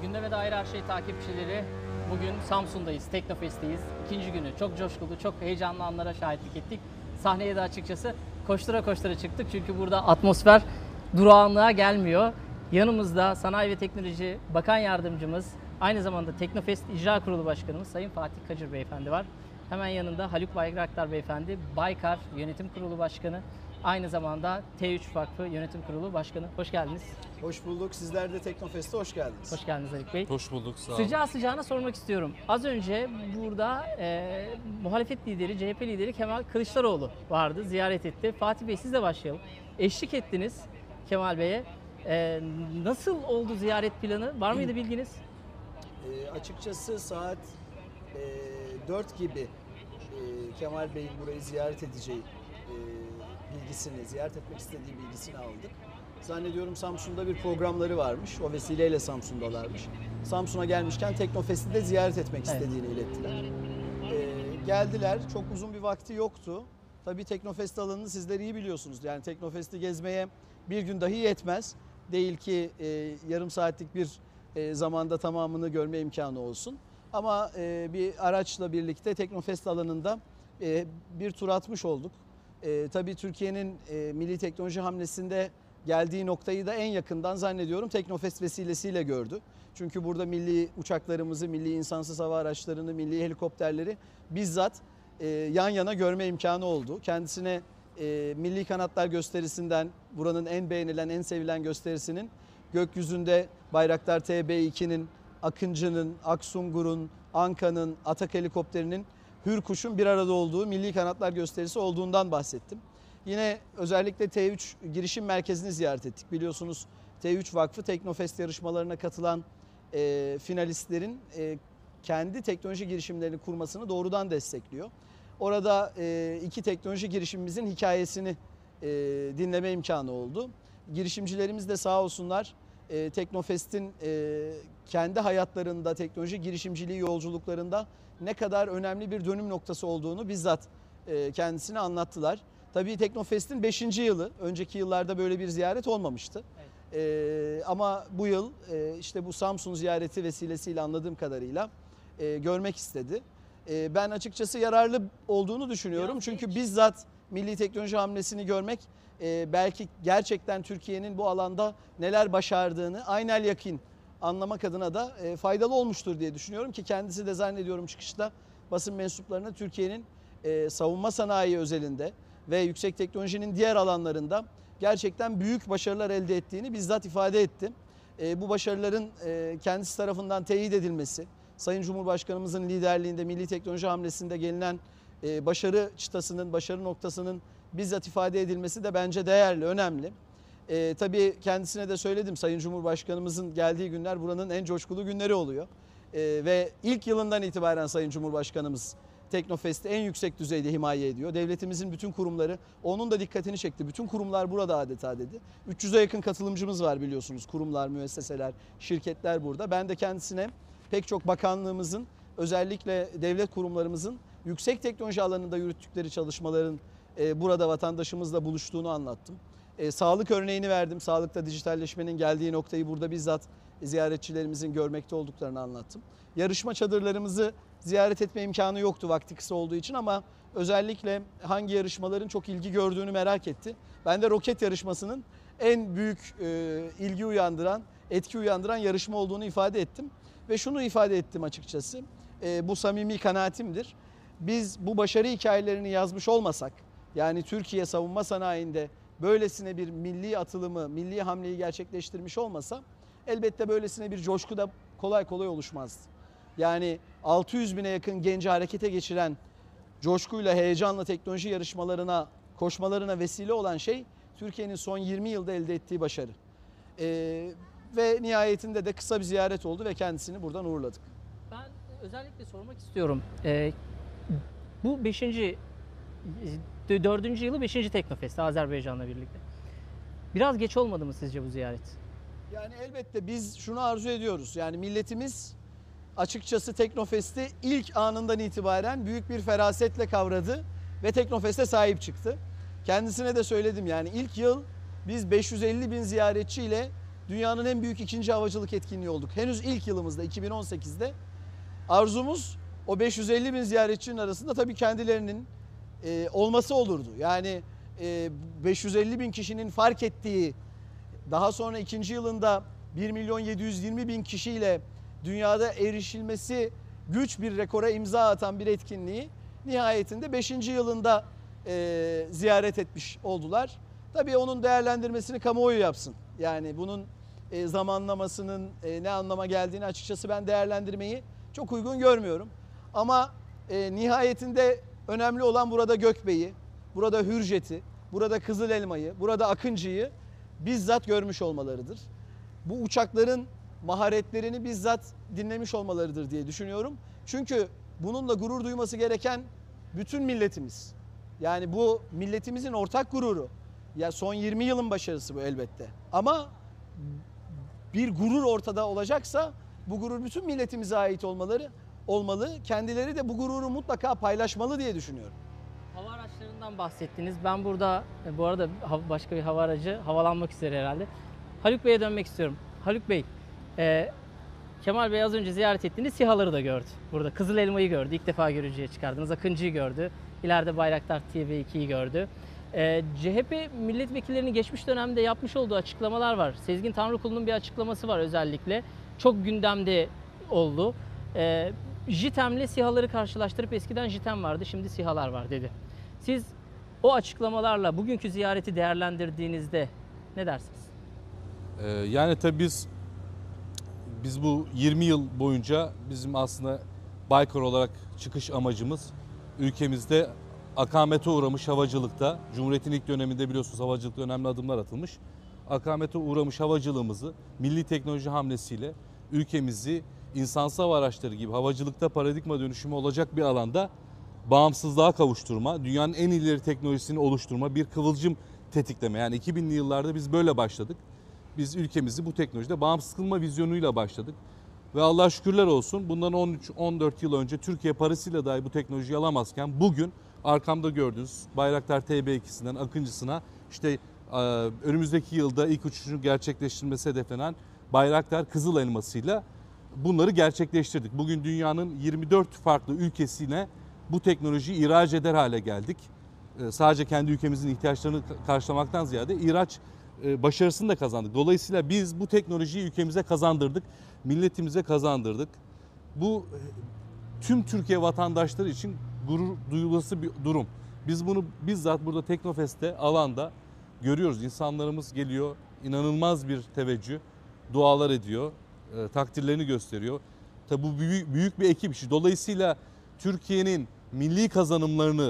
Gündeme dair her şey takipçileri. Bugün Samsun'dayız, Teknofest'teyiz. İkinci günü çok coşkulu, çok heyecanlı anlara şahitlik ettik. Sahneye de açıkçası koştura koştura çıktık çünkü burada atmosfer durağanlığa gelmiyor. Yanımızda Sanayi ve Teknoloji Bakan Yardımcımız, aynı zamanda Teknofest İcra Kurulu Başkanımız Sayın Fatih Kacır Beyefendi var. Hemen yanında Haluk Bayraktar Beyefendi, Baykar Yönetim Kurulu Başkanı. Aynı zamanda T3 Vakfı Yönetim Kurulu Başkanı. Hoş geldiniz. Hoş bulduk. Sizler de Teknofest'e hoş geldiniz. Hoş geldiniz Haluk Bey. Hoş bulduk, sağ olun. Sıcağı sıcağına sormak istiyorum. Az önce burada muhalefet lideri, CHP lideri Kemal Kılıçdaroğlu vardı, ziyaret etti. Fatih Bey, sizle başlayalım. Eşlik ettiniz Kemal Bey'e. Nasıl oldu ziyaret planı? Var mıydı bilginiz? Açıkçası saat 4 gibi Kemal Bey'in burayı ziyaret edeceği bilgisini, ziyaret etmek istediği bilgisini aldık. Zannediyorum Samsun'da bir programları varmış. O vesileyle Samsun'dalarmış. Samsun'a gelmişken Teknofest'i de ziyaret etmek istediğini ilettiler. Geldiler. Çok uzun bir vakti yoktu. Tabii Teknofest alanını sizler iyi biliyorsunuz. Yani Teknofest'i gezmeye bir gün dahi yetmez. Değil ki yarım saatlik bir zamanda tamamını görme imkanı olsun. Ama bir araçla birlikte Teknofest alanında bir tur atmış olduk. Tabii Türkiye'nin milli teknoloji hamlesinde geldiği noktayı da en yakından zannediyorum Teknofest vesilesiyle gördü. Çünkü burada milli uçaklarımızı, milli insansız hava araçlarını, milli helikopterleri bizzat yan yana görme imkanı oldu. Kendisine Milli Kanatlar gösterisinden, buranın en beğenilen, en sevilen gösterisinin gökyüzünde Bayraktar TB2'nin, Akıncı'nın, Aksungur'un, Anka'nın, Atak helikopterinin, Hürkuş'un bir arada olduğu Milli Kanatlar gösterisi olduğundan bahsettim. Yine özellikle T3 girişim merkezini ziyaret ettik. Biliyorsunuz T3 Vakfı Teknofest yarışmalarına katılan finalistlerin kendi teknoloji girişimlerini kurmasını doğrudan destekliyor. Orada iki teknoloji girişimimizin hikayesini dinleme imkanı oldu. Girişimcilerimiz de sağ olsunlar Teknofest'in kendi hayatlarında, teknoloji girişimciliği yolculuklarında ne kadar önemli bir dönüm noktası olduğunu bizzat kendisine anlattılar. Tabii Teknofest'in 5. yılı, önceki yıllarda böyle bir ziyaret olmamıştı. Evet. Ama bu yıl işte bu Samsun ziyareti vesilesiyle anladığım kadarıyla görmek istedi. Ben açıkçası yararlı olduğunu düşünüyorum. Çünkü bizzat milli teknoloji hamlesini görmek belki gerçekten Türkiye'nin bu alanda neler başardığını aynel yakin anlamak adına da faydalı olmuştur diye düşünüyorum ki kendisi de zannediyorum çıkışta basın mensuplarına Türkiye'nin savunma sanayi özelinde ve yüksek teknolojinin diğer alanlarında gerçekten büyük başarılar elde ettiğini bizzat ifade etti. Bu başarıların kendisi tarafından teyit edilmesi, Sayın Cumhurbaşkanımızın liderliğinde milli teknoloji hamlesinde gelinen başarı çıtasının, başarı noktasının bizzat ifade edilmesi de bence değerli, önemli. Tabii kendisine de söyledim, Sayın Cumhurbaşkanımızın geldiği günler buranın en coşkulu günleri oluyor. Ve ilk yılından itibaren Sayın Cumhurbaşkanımız Teknofest'i en yüksek düzeyde himaye ediyor. Devletimizin bütün kurumları, onun da dikkatini çekti. Bütün kurumlar burada adeta dedi. 300'e yakın katılımcımız var biliyorsunuz. Kurumlar, müesseseler, şirketler burada. Ben de kendisine pek çok bakanlığımızın, özellikle devlet kurumlarımızın yüksek teknoloji alanında yürüttükleri çalışmaların burada vatandaşımızla buluştuğunu anlattım. Sağlık örneğini verdim. Sağlıkta dijitalleşmenin geldiği noktayı burada bizzat ziyaretçilerimizin görmekte olduklarını anlattım. Yarışma çadırlarımızı ziyaret etme imkanı yoktu vakti kısa olduğu için ama özellikle hangi yarışmaların çok ilgi gördüğünü merak etti. Ben de roket yarışmasının en büyük ilgi uyandıran, etki uyandıran yarışma olduğunu ifade ettim. Ve şunu ifade ettim açıkçası, bu samimi kanaatimdir. Biz bu başarı hikayelerini yazmış olmasak, yani Türkiye savunma sanayinde böylesine bir milli atılımı, milli hamleyi gerçekleştirmiş olmasa elbette böylesine bir coşku da kolay kolay oluşmazdı. Yani 600 bine yakın genci harekete geçiren, coşkuyla, heyecanla teknoloji yarışmalarına, koşmalarına vesile olan şey Türkiye'nin son 20 yılda elde ettiği başarı. Ve nihayetinde de kısa bir ziyaret oldu ve kendisini buradan uğurladık. Ben özellikle sormak istiyorum. Bu 4. yılı 5. Teknofest Azerbaycan'la birlikte. Biraz geç olmadı mı sizce bu ziyaret? Yani elbette biz şunu arzu ediyoruz. Yani milletimiz açıkçası Teknofest'i ilk anından itibaren büyük bir ferasetle kavradı ve Teknofest'e sahip çıktı. Kendisine de söyledim, yani ilk yıl biz 550 bin ziyaretçiyle dünyanın en büyük ikinci havacılık etkinliği olduk. Henüz ilk yılımızda 2018'de arzumuz o 550 bin ziyaretçinin arasında tabii kendilerinin olması olurdu. Yani 550 bin kişinin fark ettiği, daha sonra ikinci yılında 1 milyon 720 bin kişiyle dünyada erişilmesi güç bir rekora imza atan bir etkinliği nihayetinde 5. yılında ziyaret etmiş oldular. Tabii onun değerlendirmesini kamuoyu yapsın. Yani bunun zamanlamasının ne anlama geldiğini açıkçası ben değerlendirmeyi çok uygun görmüyorum. Ama nihayetinde önemli olan burada Gökbey'i, burada Hürjet'i, burada Kızıl Elma'yı, burada Akıncı'yı bizzat görmüş olmalarıdır. Bu uçakların maharetlerini bizzat dinlemiş olmalarıdır diye düşünüyorum. Çünkü bununla gurur duyması gereken bütün milletimiz. Yani bu milletimizin ortak gururu. Ya son 20 yılın başarısı bu elbette. Ama bir gurur ortada olacaksa bu gurur bütün milletimize ait olmalı. Kendileri de bu gururu mutlaka paylaşmalı diye düşünüyorum. Hava araçlarından bahsettiniz. Ben burada bu arada başka bir hava aracı havalanmak üzere herhalde. Haluk Bey'e dönmek istiyorum. Haluk Bey, Kemal Bey az önce ziyaret ettiğiniz SİHA'ları da gördü. Burada Kızıl Elma'yı gördü. İlk defa görücüye çıkardınız. Akıncı'yı gördü. İleride Bayraktar TB2'yi gördü. CHP milletvekillerinin geçmiş dönemde yapmış olduğu açıklamalar var. Sezgin Tanrıkulu'nun bir açıklaması var özellikle. Çok gündemde oldu. JITEM'le SİHA'ları karşılaştırıp eskiden JITEM vardı, şimdi SİHA'lar var dedi. Siz o açıklamalarla bugünkü ziyareti değerlendirdiğinizde ne dersiniz? Yani tabii biz bu 20 yıl boyunca bizim aslında Baykar olarak çıkış amacımız ülkemizde akamete uğramış havacılıkta, Cumhuriyet'in ilk döneminde biliyorsunuz havacılıkta önemli adımlar atılmış. Akamete uğramış havacılığımızı milli teknoloji hamlesiyle ülkemizi insansız hava araçları gibi havacılıkta paradigma dönüşümü olacak bir alanda bağımsızlığa kavuşturma, dünyanın en ileri teknolojisini oluşturma, bir kıvılcım tetikleme. Yani 2000'li yıllarda biz böyle başladık. Biz ülkemizi bu teknolojide bağımsız kılma vizyonuyla başladık. Ve Allah'a şükürler olsun bundan 13-14 yıl önce Türkiye parasıyla dahi bu teknolojiyi alamazken bugün arkamda gördüğünüz Bayraktar TB2'sinden Akıncısına işte önümüzdeki yılda ilk uçuşunu gerçekleştirmesi hedeflenen Bayraktar Kızıl Elması'yla bunları gerçekleştirdik. Bugün dünyanın 24 farklı ülkesine bu teknolojiyi ihraç eder hale geldik. Sadece kendi ülkemizin ihtiyaçlarını karşılamaktan ziyade ihraç başarısını da kazandık. Dolayısıyla biz bu teknolojiyi ülkemize kazandırdık, milletimize kazandırdık. Bu tüm Türkiye vatandaşları için gurur duyulası bir durum. Biz bunu bizzat burada Teknofest'te alanda görüyoruz. İnsanlarımız geliyor, inanılmaz bir teveccüh, dualar ediyor, takdirlerini gösteriyor. Tabii bu büyük bir ekip işi. Dolayısıyla Türkiye'nin milli kazanımlarını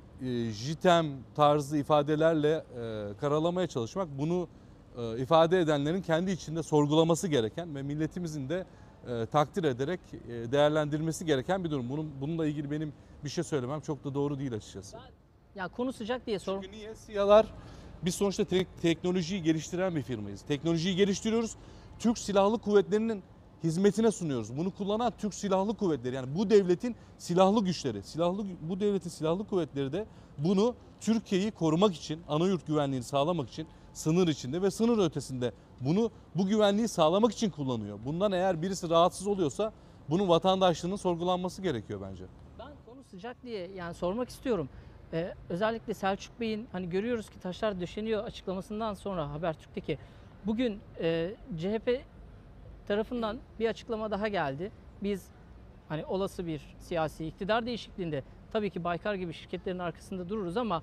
JITEM tarzı ifadelerle karalamaya çalışmak, bunu ifade edenlerin kendi içinde sorgulaması gereken ve milletimizin de takdir ederek değerlendirmesi gereken bir durum. Bununla ilgili benim bir şey söylemem çok da doğru değil açıkçası. Ya konu sıcak diye sor. Çünkü niye? SİHA'lar, biz sonuçta teknolojiyi geliştiren bir firmayız. Teknolojiyi geliştiriyoruz. Türk Silahlı Kuvvetleri'nin hizmetine sunuyoruz. Bunu kullanan Türk Silahlı Kuvvetleri, yani bu devletin silahlı güçleri, bu devletin silahlı kuvvetleri de bunu Türkiye'yi korumak için, anayurt güvenliğini sağlamak için sınır içinde ve sınır ötesinde bu güvenliği sağlamak için kullanıyor. Bundan eğer birisi rahatsız oluyorsa bunun vatandaşlığının sorgulanması gerekiyor bence. Ben konu sıcak diye yani sormak istiyorum. Özellikle Selçuk Bey'in hani görüyoruz ki taşlar döşeniyor açıklamasından sonra Habertürk'teki bugün CHP tarafından bir açıklama daha geldi. Biz hani olası bir siyasi iktidar değişikliğinde tabii ki Baykar gibi şirketlerin arkasında dururuz ama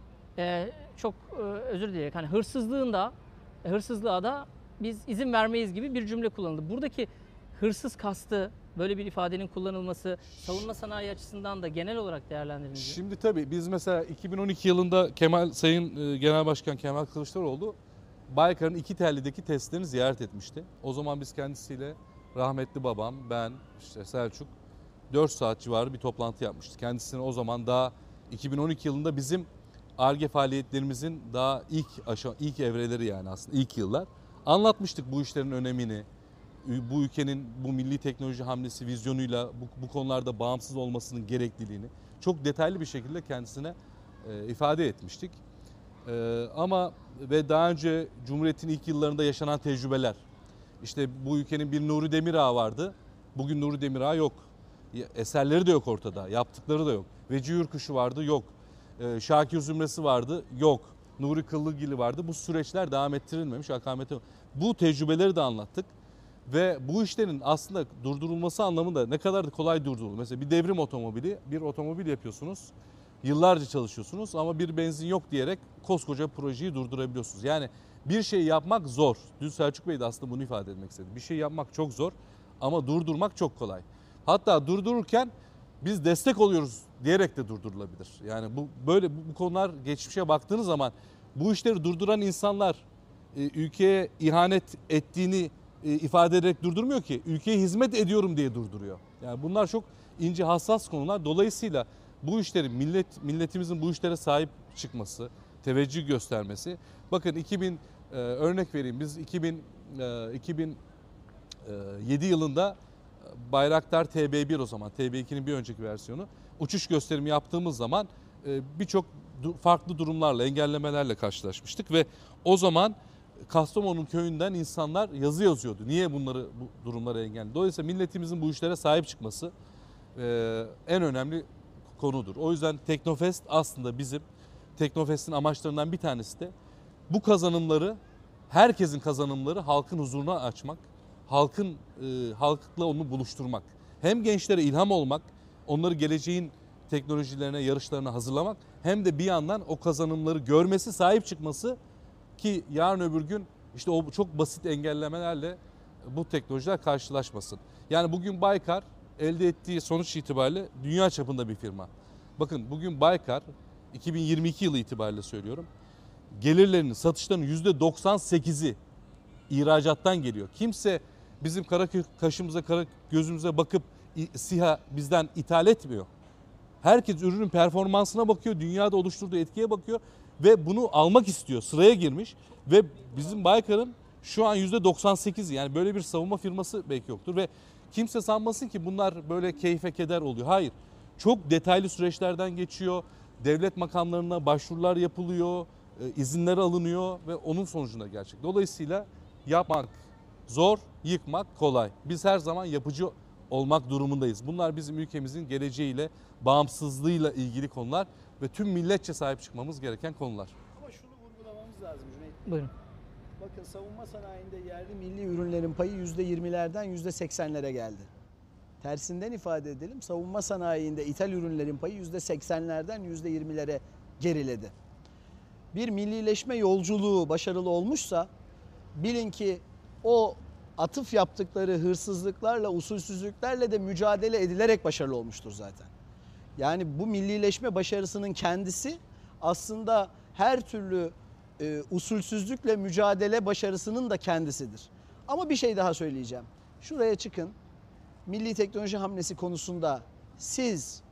çok özür dileyerek hani hırsızlığa da biz izin vermeyiz gibi bir cümle kullanıldı. Buradaki hırsız kastı, böyle bir ifadenin kullanılması savunma sanayi açısından da genel olarak değerlendirildi. Şimdi tabii biz mesela 2012 yılında Sayın Genel Başkan Kemal Kılıçdaroğlu Baykar'ın iki Telli'deki testlerini ziyaret etmişti. O zaman biz kendisiyle rahmetli babam, ben, işte Selçuk 4 saat civarı bir toplantı yapmıştık. Kendisine o zaman daha 2012 yılında bizim Ar-Ge faaliyetlerimizin daha ilk evreleri, yani aslında ilk yıllar. Anlatmıştık bu işlerin önemini, bu ülkenin bu milli teknoloji hamlesi vizyonuyla bu konularda bağımsız olmasının gerekliliğini çok detaylı bir şekilde kendisine ifade etmiştik. Ama ve daha önce Cumhuriyet'in ilk yıllarında yaşanan tecrübeler. İşte bu ülkenin bir Nuri Demirağ vardı. Bugün Nuri Demirağ yok. Eserleri de yok ortada. Yaptıkları da yok. Veci Yurkuşu vardı, yok. Şakir Zümresi vardı, yok. Nuri Kıllıgili vardı. Bu süreçler devam ettirilmemiş. Akamete. Bu tecrübeleri de anlattık. Ve bu işlerin aslında durdurulması anlamında ne kadar da kolay durdurulur. Mesela bir devrim otomobili, bir otomobil yapıyorsunuz. Yıllarca çalışıyorsunuz ama bir benzin yok diyerek koskoca projeyi durdurabiliyorsunuz. Yani bir şey yapmak zor. Dün Selçuk Bey de aslında bunu ifade etmek istedi. Bir şey yapmak çok zor ama durdurmak çok kolay. Hatta durdururken biz destek oluyoruz diyerek de durdurulabilir. Yani bu konular geçmişe baktığınız zaman bu işleri durduran insanlar ülkeye ihanet ettiğini ifade ederek durdurmuyor ki. Ülkeye hizmet ediyorum diye durduruyor. Yani bunlar çok ince, hassas konular. Dolayısıyla bu işlerin milletimizin bu işlere sahip çıkması, teveccüh göstermesi. Bakın örnek vereyim, biz 2007 yılında Bayraktar TB1, o zaman TB2'nin bir önceki versiyonu, uçuş gösterimi yaptığımız zaman birçok farklı durumlarla, engellemelerle karşılaşmıştık ve o zaman Kastamonu köyünden insanlar yazı yazıyordu. Niye bu durumları engelli? Dolayısıyla milletimizin bu işlere sahip çıkması en önemli konudur. O yüzden Teknofest aslında bizim Teknofest'in amaçlarından bir tanesi de bu kazanımları, herkesin kazanımları halkın huzuruna açmak, halkla onu buluşturmak. Hem gençlere ilham olmak, onları geleceğin teknolojilerine, yarışlarına hazırlamak, hem de bir yandan o kazanımları görmesi, sahip çıkması ki yarın öbür gün işte o çok basit engellemelerle bu teknolojiler karşılaşmasın. Yani bugün Baykar elde ettiği sonuç itibariyle dünya çapında bir firma. Bakın bugün Baykar 2022 yılı itibariyle söylüyorum. Gelirlerinin, satışlarının %98'i ihracattan geliyor. Kimse bizim kara kaşımıza, kara gözümüze bakıp SİHA bizden ithal etmiyor. Herkes ürünün performansına bakıyor, dünyada oluşturduğu etkiye bakıyor ve bunu almak istiyor. Sıraya girmiş ve bizim Baykar'ın şu an %98'i, yani böyle bir savunma firması belki yoktur ve kimse sanmasın ki bunlar böyle keyfe keder oluyor. Hayır. Çok detaylı süreçlerden geçiyor. Devlet makamlarına başvurular yapılıyor, izinler alınıyor ve onun sonucunda gerçek. Dolayısıyla yapmak zor, yıkmak kolay. Biz her zaman yapıcı olmak durumundayız. Bunlar bizim ülkemizin geleceğiyle, bağımsızlığıyla ilgili konular ve tüm milletçe sahip çıkmamız gereken konular. Ama şunu vurgulamamız lazım Cüneyt. Buyurun. Bakın savunma sanayinde yerli milli ürünlerin payı %20'lerden %80'lere geldi. Tersinden ifade edelim, savunma sanayinde ithal ürünlerin payı %80'lerden %20'lere geriledi. Bir millileşme yolculuğu başarılı olmuşsa bilin ki o atıf yaptıkları hırsızlıklarla, usulsüzlüklerle de mücadele edilerek başarılı olmuştur zaten. Yani bu millileşme başarısının kendisi aslında her türlü usulsüzlükle mücadele başarısının da kendisidir. Ama bir şey daha söyleyeceğim. Şuraya çıkın. Milli teknoloji hamlesi konusunda siz,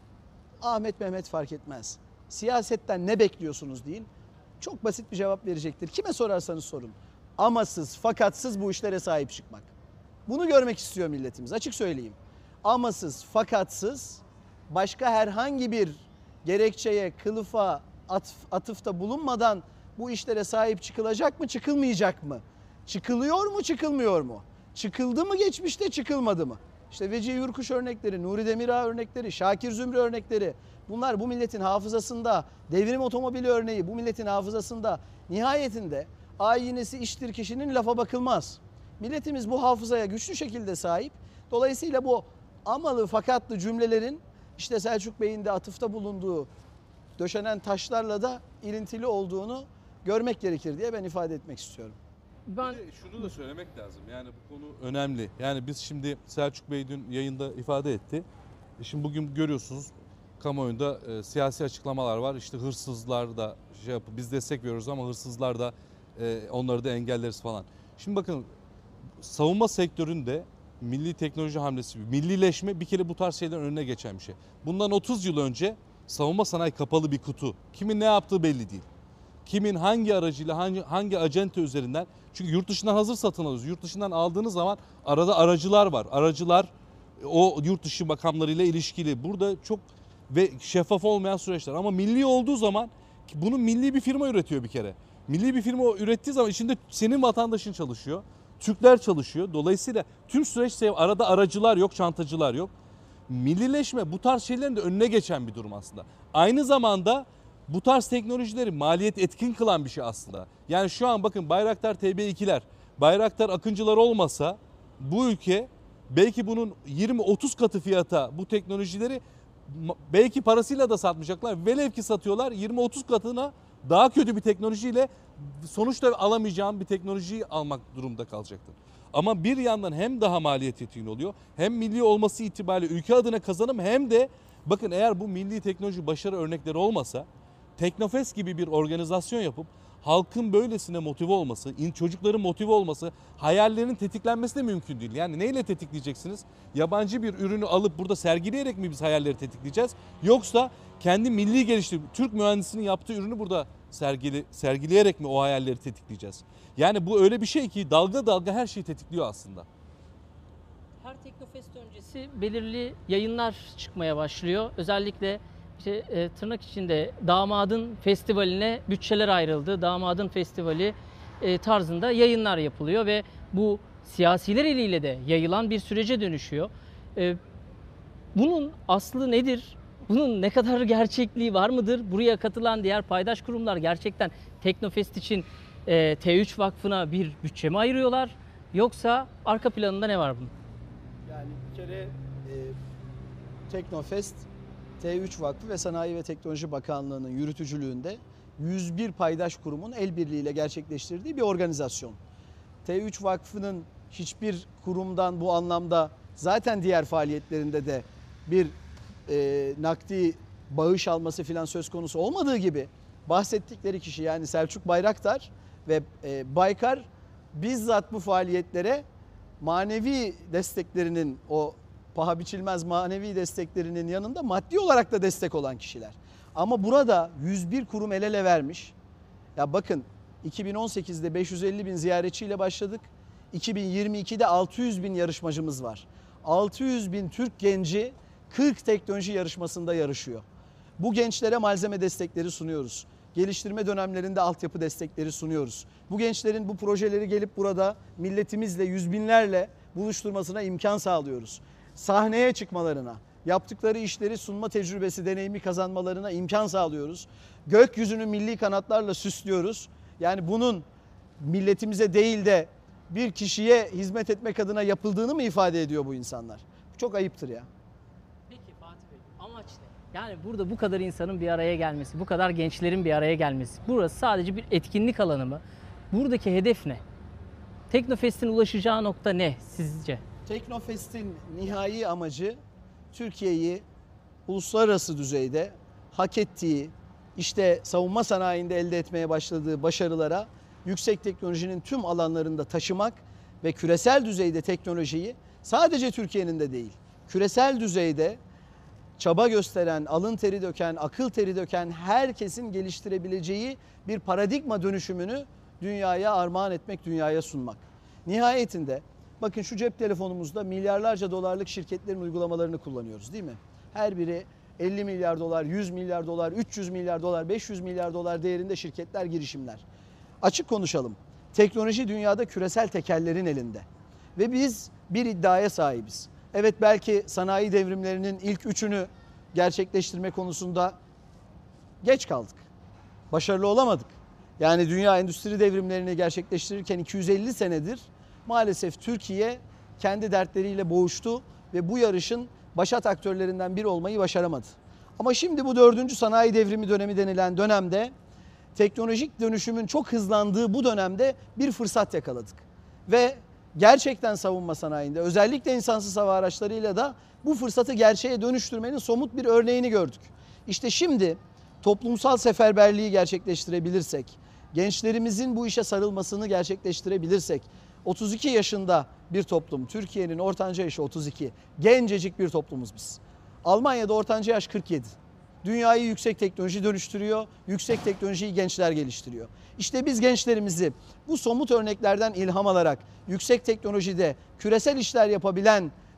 Ahmet Mehmet fark etmez, siyasetten ne bekliyorsunuz deyin. Çok basit bir cevap verecektir. Kime sorarsanız sorun. Amasız, fakatsız bu işlere sahip çıkmak. Bunu görmek istiyor milletimiz. Açık söyleyeyim. Amasız, fakatsız, başka herhangi bir gerekçeye, kılıfa, atıfta bulunmadan bu işlere sahip çıkılacak mı, çıkılmayacak mı? Çıkılıyor mu, çıkılmıyor mu? Çıkıldı mı geçmişte, çıkılmadı mı? İşte Veci Yurkuş örnekleri, Nuri Demirağ örnekleri, Şakir Zümrü örnekleri, bunlar bu milletin hafızasında, devrim otomobili örneği bu milletin hafızasında. Nihayetinde ayinesi iştir kişinin, lafa bakılmaz. Milletimiz bu hafızaya güçlü şekilde sahip. Dolayısıyla bu amalı fakatlı cümlelerin işte Selçuk Bey'in de atıfta bulunduğu döşenen taşlarla da ilintili olduğunu görmek gerekir diye ben ifade etmek istiyorum. Ben Şunu da söylemek lazım. Yani bu konu önemli. Yani biz şimdi, Selçuk Bey dün yayında ifade etti. Şimdi bugün görüyorsunuz kamuoyunda siyasi açıklamalar var. İşte hırsızlar da biz destek veriyoruz ama hırsızlar da onları da engelleriz falan. Şimdi bakın, savunma sektöründe milli teknoloji hamlesi, millileşme bir kere bu tarz şeylerin önüne geçen bir şey. Bundan 30 yıl önce savunma sanayi kapalı bir kutu. Kimin ne yaptığı belli değil. Kimin hangi aracıyla, hangi acente üzerinden. Çünkü yurt dışından hazır satın alıyoruz. Yurt dışından aldığınız zaman arada aracılar var. Aracılar o yurt dışı makamlarıyla ilişkili. Burada çok ve şeffaf olmayan süreçler. Ama milli olduğu zaman bunu milli bir firma üretiyor bir kere. Milli bir firma ürettiği zaman içinde senin vatandaşın çalışıyor. Türkler çalışıyor. Dolayısıyla tüm süreç arada aracılar yok, çantacılar yok. Millileşme bu tarz şeylerin de önüne geçen bir durum aslında. Aynı zamanda bu tarz teknolojileri maliyet etkin kılan bir şey aslında. Yani şu an bakın Bayraktar TB2'ler, Bayraktar Akıncılar olmasa bu ülke belki bunun 20-30 katı fiyata bu teknolojileri belki parasıyla da satmayacaklar. Velev ki satıyorlar 20-30 katına daha kötü bir teknolojiyle sonuçta alamayacağım bir teknolojiyi almak durumda kalacaktır. Ama bir yandan hem daha maliyet etkin oluyor, hem milli olması itibariyle ülke adına kazanım, hem de bakın eğer bu milli teknoloji başarı örnekleri olmasa Teknofest gibi bir organizasyon yapıp halkın böylesine motive olması, çocukların motive olması, hayallerinin tetiklenmesi de mümkün değil. Yani neyle tetikleyeceksiniz? Yabancı bir ürünü alıp burada sergileyerek mi biz hayalleri tetikleyeceğiz? Yoksa kendi milli Türk mühendisinin yaptığı ürünü burada sergileyerek mi o hayalleri tetikleyeceğiz? Yani bu öyle bir şey ki dalga dalga her şeyi tetikliyor aslında. Her Teknofest öncesi belirli yayınlar çıkmaya başlıyor. Özellikle işte, tırnak içinde damadın festivaline bütçeler ayrıldı. Damadın festivali tarzında yayınlar yapılıyor ve bu siyasiler eliyle de yayılan bir sürece dönüşüyor. Bunun aslı nedir? Bunun ne kadar gerçekliği var mıdır? Buraya katılan diğer paydaş kurumlar gerçekten Teknofest için T3 Vakfı'na bir bütçe mi ayırıyorlar? Yoksa arka planında ne var bunun? Yani bir kere Teknofest, T3 Vakfı ve Sanayi ve Teknoloji Bakanlığı'nın yürütücülüğünde 101 paydaş kurumun el birliğiyle gerçekleştirdiği bir organizasyon. T3 Vakfı'nın hiçbir kurumdan bu anlamda zaten diğer faaliyetlerinde de bir nakdi bağış alması filan söz konusu olmadığı gibi bahsettikleri kişi yani Selçuk Bayraktar ve Baykar bizzat bu faaliyetlere manevi desteklerinin, o paha biçilmez manevi desteklerinin yanında maddi olarak da destek olan kişiler. Ama burada 101 kurum el ele vermiş. Ya bakın 2018'de 550 bin ziyaretçiyle başladık. 2022'de 600 bin yarışmacımız var. 600 bin Türk genci 40 teknoloji yarışmasında yarışıyor. Bu gençlere malzeme destekleri sunuyoruz. Geliştirme dönemlerinde altyapı destekleri sunuyoruz. Bu gençlerin bu projeleri gelip burada milletimizle, yüz binlerle buluşturmasına imkan sağlıyoruz. Sahneye çıkmalarına, yaptıkları işleri sunma tecrübesi, deneyimi kazanmalarına imkan sağlıyoruz. Gökyüzünü milli kanatlarla süslüyoruz. Yani bunun milletimize değil de bir kişiye hizmet etmek adına yapıldığını mı ifade ediyor bu insanlar? Çok ayıptır ya. Peki Fatih Bey, amaç ne? Yani burada bu kadar insanın bir araya gelmesi, bu kadar gençlerin bir araya gelmesi. Burası sadece bir etkinlik alanı mı? Buradaki hedef ne? Teknofest'in ulaşacağı nokta ne sizce? Teknofest'in nihai amacı Türkiye'yi uluslararası düzeyde hak ettiği, işte savunma sanayinde elde etmeye başladığı başarılara yüksek teknolojinin tüm alanlarında taşımak ve küresel düzeyde teknolojiyi sadece Türkiye'nin de değil, küresel düzeyde çaba gösteren, alın teri döken, akıl teri döken herkesin geliştirebileceği bir paradigma dönüşümünü dünyaya armağan etmek, dünyaya sunmak. Nihayetinde bakın şu cep telefonumuzda milyarlarca dolarlık şirketlerin uygulamalarını kullanıyoruz değil mi? Her biri 50 milyar dolar, 100 milyar dolar, 300 milyar dolar, 500 milyar dolar değerinde şirketler, girişimler. Açık konuşalım. Teknoloji dünyada küresel tekellerin elinde. Ve biz bir iddiaya sahibiz. Evet, belki sanayi devrimlerinin ilk üçünü gerçekleştirme konusunda geç kaldık. Başarılı olamadık. Yani dünya endüstri devrimlerini gerçekleştirirken 250 senedir maalesef Türkiye kendi dertleriyle boğuştu ve bu yarışın başat aktörlerinden biri olmayı başaramadı. Ama şimdi bu 4. sanayi devrimi dönemi denilen dönemde, teknolojik dönüşümün çok hızlandığı bu dönemde bir fırsat yakaladık. Ve gerçekten savunma sanayinde, özellikle insansız hava araçlarıyla da bu fırsatı gerçeğe dönüştürmenin somut bir örneğini gördük. İşte şimdi toplumsal seferberliği gerçekleştirebilirsek, gençlerimizin bu işe sarılmasını gerçekleştirebilirsek, 32 yaşında bir toplum, Türkiye'nin ortanca yaşı 32, gencecik bir toplumuz biz. Almanya'da ortanca yaş 47. Dünyayı yüksek teknoloji dönüştürüyor, yüksek teknolojiyi gençler geliştiriyor. İşte biz gençlerimizi bu somut örneklerden ilham alarak yüksek teknolojide küresel işler yapabilen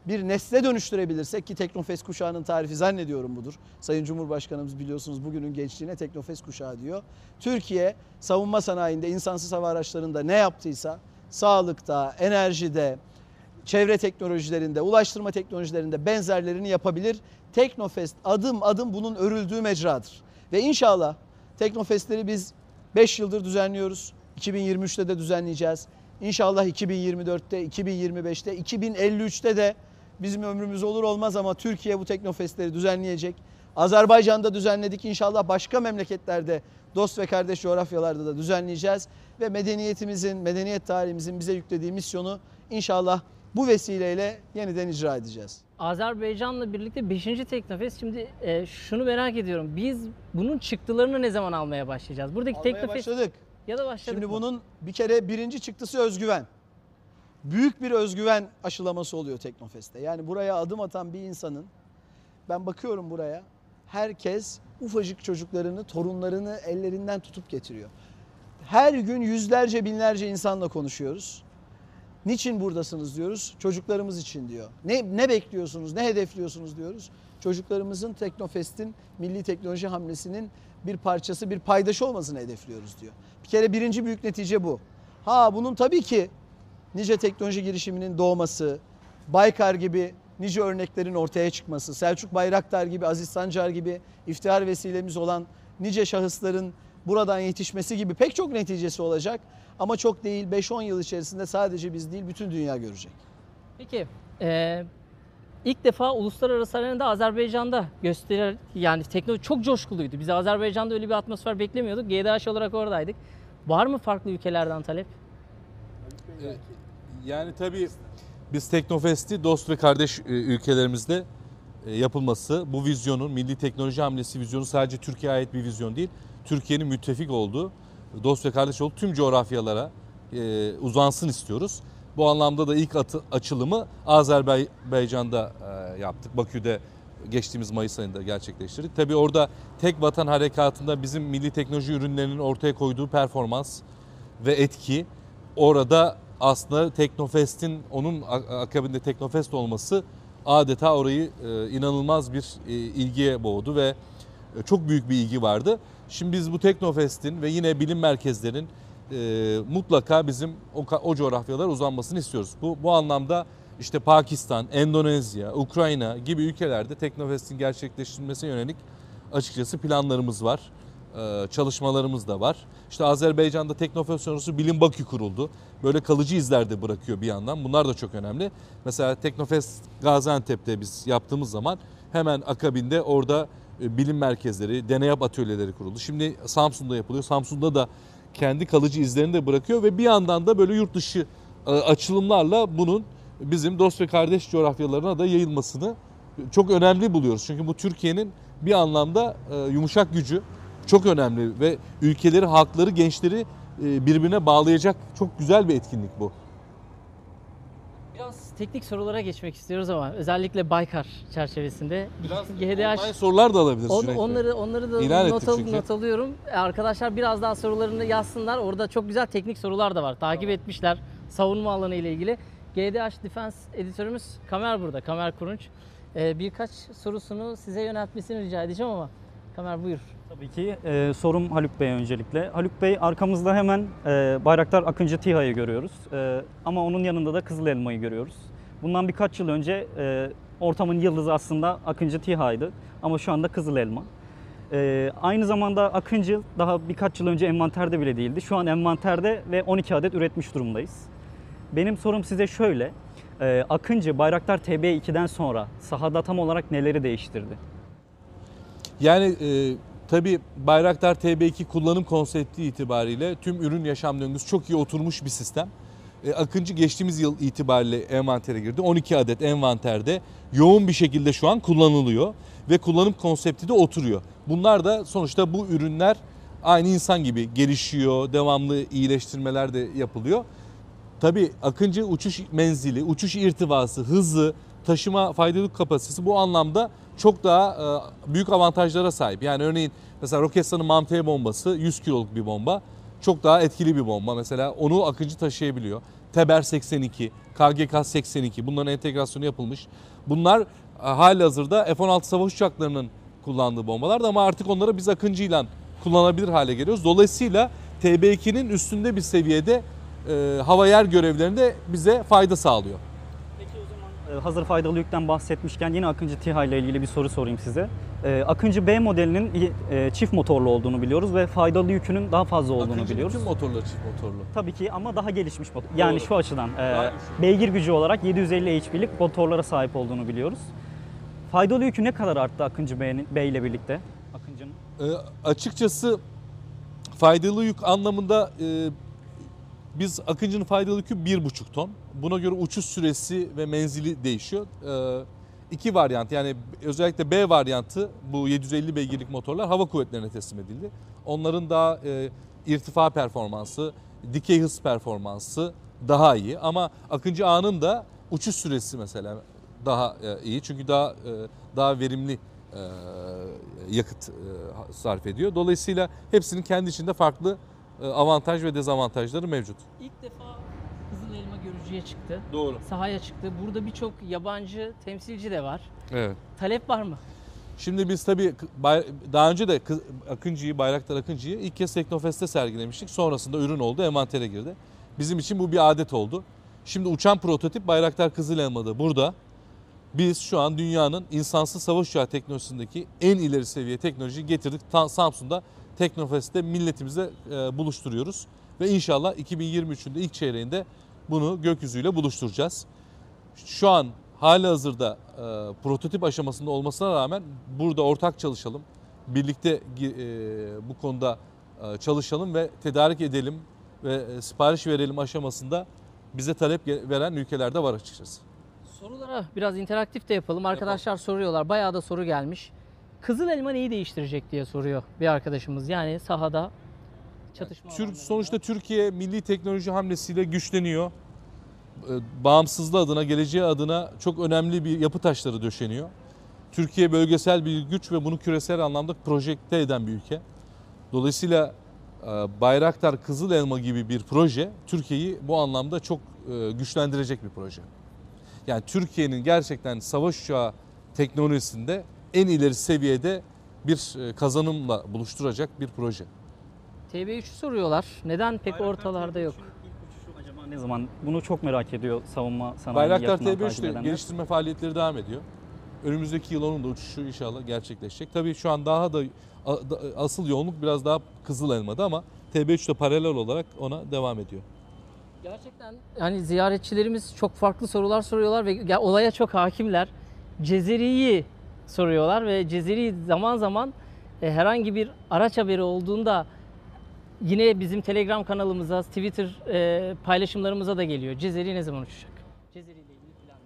bir nesle dönüştürebilirsek, ki Teknofest kuşağının tarifi zannediyorum budur. Sayın Cumhurbaşkanımız biliyorsunuz bugünün gençliğine Teknofest kuşağı diyor. Türkiye savunma sanayinde, insansız hava araçlarında ne yaptıysa sağlıkta, enerjide, çevre teknolojilerinde, ulaştırma teknolojilerinde benzerlerini yapabilir. Teknofest adım adım bunun örüldüğü mecradır. Ve inşallah Teknofestleri biz 5 yıldır düzenliyoruz. 2023'te de düzenleyeceğiz. İnşallah 2024'te, 2025'te, 2053'te de bizim ömrümüz olur olmaz ama Türkiye bu Teknofestleri düzenleyecek. Azerbaycan'da düzenledik. İnşallah başka memleketlerde, dost ve kardeş coğrafyalarda da düzenleyeceğiz. Ve medeniyetimizin, medeniyet tarihimizin bize yüklediği misyonu inşallah bu vesileyle yeniden icra edeceğiz. Azerbaycan'la birlikte 5. Teknofest. Şimdi şunu merak ediyorum. Biz bunun çıktılarını ne zaman almaya başlayacağız? Buradaki Almaya Teknofest başladık. ya da başladık Şimdi mı? bunun bir kere birinci çıktısı özgüven. Büyük bir özgüven aşılaması oluyor Teknofest'te. Yani buraya adım atan bir insanın, ben bakıyorum buraya, herkes ufacık çocuklarını, torunlarını ellerinden tutup getiriyor. Her gün yüzlerce, binlerce insanla konuşuyoruz. Niçin buradasınız diyoruz? Çocuklarımız için diyor. Ne bekliyorsunuz, ne hedefliyorsunuz diyoruz. Çocuklarımızın Teknofest'in milli teknoloji hamlesinin bir parçası, bir paydaşı olmasını hedefliyoruz diyor. Bir kere birinci büyük netice bu. Bunun tabii ki nice teknoloji girişiminin doğması, Baykar gibi nice örneklerin ortaya çıkması, Selçuk Bayraktar gibi, Aziz Sancar gibi iftihar vesilemiz olan nice şahısların buradan yetişmesi gibi pek çok neticesi olacak. Ama çok değil, 5-10 yıl içerisinde sadece biz değil, bütün dünya görecek. Peki, ilk defa uluslararası arenada Azerbaycan'da gösteri, yani teknoloji çok coşkuluydu. Biz Azerbaycan'da öyle bir atmosfer beklemiyorduk. GDH olarak oradaydık. Var mı farklı ülkelerden talep? Yani tabii biz Teknofest'i dost ve kardeş ülkelerimizde yapılması, bu vizyonun, milli teknoloji hamlesi vizyonu sadece Türkiye'ye ait bir vizyon değil. Türkiye'nin müttefik olduğu, dost ve kardeş olduğu tüm coğrafyalara uzansın istiyoruz. Bu anlamda da ilk açılımı Azerbaycan'da yaptık. Bakü'de geçtiğimiz Mayıs ayında gerçekleştirdik. Tabii orada tek vatan harekatında bizim milli teknoloji ürünlerinin ortaya koyduğu performans ve etki, orada aslında Teknofest'in, onun akabinde Teknofest olması adeta orayı inanılmaz bir ilgiye boğdu ve çok büyük bir ilgi vardı. Şimdi biz bu Teknofest'in ve yine bilim merkezlerinin mutlaka bizim o coğrafyalara uzanmasını istiyoruz. Bu anlamda işte Pakistan, Endonezya, Ukrayna gibi ülkelerde Teknofest'in gerçekleştirilmesine yönelik açıkçası planlarımız var. Çalışmalarımız da var. İşte Azerbaycan'da Teknofest sonrası Bilim Bakü kuruldu. Böyle kalıcı izler de bırakıyor bir yandan. Bunlar da çok önemli. Mesela Teknofest Gaziantep'te biz yaptığımız zaman hemen akabinde orada bilim merkezleri, deney yap atölyeleri kuruldu. Şimdi Samsun'da yapılıyor. Samsun'da da kendi kalıcı izlerini de bırakıyor ve bir yandan da böyle yurt dışı açılımlarla bunun bizim dost ve kardeş coğrafyalarına da yayılmasını çok önemli buluyoruz. Çünkü bu Türkiye'nin bir anlamda yumuşak gücü çok önemli ve ülkeleri, halkları, gençleri birbirine bağlayacak çok güzel bir etkinlik bu. Biraz teknik sorulara geçmek istiyoruz ama özellikle Baykar çerçevesinde. Biraz GDH online sorular da alabiliriz. onları da İlan not alıyorum. Arkadaşlar biraz daha sorularını yazsınlar. Orada çok güzel teknik sorular da var. Takip etmişler savunma alanı ile ilgili. GDH Defense editörümüz Kamer burada. Kamer Kurunç. Birkaç sorusunu size yöneltmesini rica edeceğim ama Kamer buyur. Tabii ki. Sorum Haluk Bey'e öncelikle. Haluk Bey, arkamızda hemen Bayraktar Akıncı TİHA'yı görüyoruz. Ama onun yanında da Kızıl Elma'yı görüyoruz. Bundan birkaç yıl önce ortamın yıldızı aslında Akıncı TİHA'ydı ama şu anda Kızıl Elma. Aynı zamanda Akıncı daha birkaç yıl önce envanterde bile değildi. Şu an envanterde ve 12 adet üretmiş durumdayız. Benim sorum size şöyle. Akıncı Bayraktar TB2'den sonra sahada tam olarak neleri değiştirdi? Yani tabii Bayraktar TB2 kullanım konsepti itibariyle tüm ürün yaşam döngüsü çok iyi oturmuş bir sistem. Akıncı geçtiğimiz yıl itibariyle envantere girdi. 12 adet envanterde yoğun bir şekilde şu an kullanılıyor ve kullanım konsepti de oturuyor. Bunlar da sonuçta bu ürünler aynı insan gibi gelişiyor, devamlı iyileştirmeler de yapılıyor. Tabii Akıncı uçuş menzili, uçuş irtifası, hızı, taşıma faydalık kapasitesi bu anlamda çok daha büyük avantajlara sahip. Yani örneğin mesela Roketsan'ın MAM-T bombası 100 kiloluk bir bomba. Çok daha etkili bir bomba. Mesela onu Akıncı taşıyabiliyor. Teber 82, KGK 82 bunların entegrasyonu yapılmış. Bunlar halihazırda F-16 savaş uçaklarının kullandığı bombalardı ama artık onları biz Akıncı'yla kullanabilir hale geliyoruz. Dolayısıyla TB2'nin üstünde bir seviyede hava yer görevlerinde bize fayda sağlıyor. Peki o zaman hazır faydalı yükten bahsetmişken yine Akıncı TİHA ile ilgili bir soru sorayım size. Akıncı B modelinin çift motorlu olduğunu biliyoruz ve faydalı yükünün daha fazla olduğunu Akıncı'nın biliyoruz. tüm motorları çift motorlu. Tabii ki ama daha gelişmiş motor. Yani Doğru. şu açıdan Daha güçlü. beygir gücü olarak 750 HP'lik motorlara sahip olduğunu biliyoruz. Faydalı yükü ne kadar arttı Akıncı B ile birlikte? Akıncı'nın. Açıkçası faydalı yük anlamında biz Akıncı'nın faydalı yükü 1,5 ton. Buna göre uçuş süresi ve menzili değişiyor. İki varyant, yani özellikle B varyantı, bu 750 beygirlik motorlar hava kuvvetlerine teslim edildi. Onların daha irtifa performansı, dikey hız performansı daha iyi. Ama Akıncı A'nın da uçuş süresi mesela daha iyi. Çünkü daha verimli yakıt sarf ediyor. Dolayısıyla hepsinin kendi içinde farklı avantaj ve dezavantajları mevcut. İlk defa Kızıl Elma görücüye çıktı. Doğru. Sahaya çıktı. Burada birçok yabancı temsilci de var. Evet. Talep var mı? Şimdi biz tabii daha önce de Akıncı'yı, Bayraktar Akıncı'yı ilk kez Teknofest'te sergilemiştik. Sonrasında ürün oldu, envantere girdi. Bizim için bu bir adet oldu. Şimdi uçan prototip Bayraktar Kızıl Elma'da burada. Biz şu an dünyanın insansız savaş uçağı teknolojisindeki en ileri seviye teknolojiyi getirdik. Samsun'da Teknofest'te milletimizle buluşturuyoruz. Ve inşallah 2023'ün de ilk çeyreğinde bunu gökyüzüyle buluşturacağız. Şu an halihazırda prototip aşamasında olmasına rağmen burada ortak çalışalım. Birlikte bu konuda çalışalım ve tedarik edelim ve sipariş verelim aşamasında bize talep veren ülkeler de var açıkçası. Sorulara biraz interaktif de yapalım. Arkadaşlar soruyorlar. Bayağı da soru gelmiş. Kızıl Elma neyi değiştirecek diye soruyor bir arkadaşımız. Yani sahada çatışma alanlarında. Sonuçta Türkiye milli teknoloji hamlesiyle güçleniyor. Bağımsızlığı adına, geleceği adına çok önemli bir yapı taşları döşeniyor. Türkiye bölgesel bir güç ve bunu küresel anlamda projekte eden bir ülke. Dolayısıyla Bayraktar Kızıl Elma gibi bir proje Türkiye'yi bu anlamda çok güçlendirecek bir proje. Yani Türkiye'nin gerçekten savaş uçağı teknolojisinde en ileri seviyede bir kazanımla buluşturacak bir proje. TB3'ü soruyorlar. Neden pek ortalarda yok? Acaba ne zaman? Bunu çok merak ediyor savunma sanayi Bayraktar yakından takip TB3'te edenler. geliştirme faaliyetleri devam ediyor. Önümüzdeki yıl onun da uçuşu inşallah gerçekleşecek. Tabii şu an daha da asıl yoğunluk biraz daha Kızıl Elma'da ama TB3'te paralel olarak ona devam ediyor. Gerçekten hani ziyaretçilerimiz çok farklı sorular soruyorlar ve olaya çok hakimler. Cezeri'yi soruyorlar ve Cezeri zaman zaman herhangi bir araç haberi olduğunda yine bizim Telegram kanalımıza, Twitter paylaşımlarımıza da geliyor. Cezeri ne zaman uçacak? Cezeri ile ilgili plan.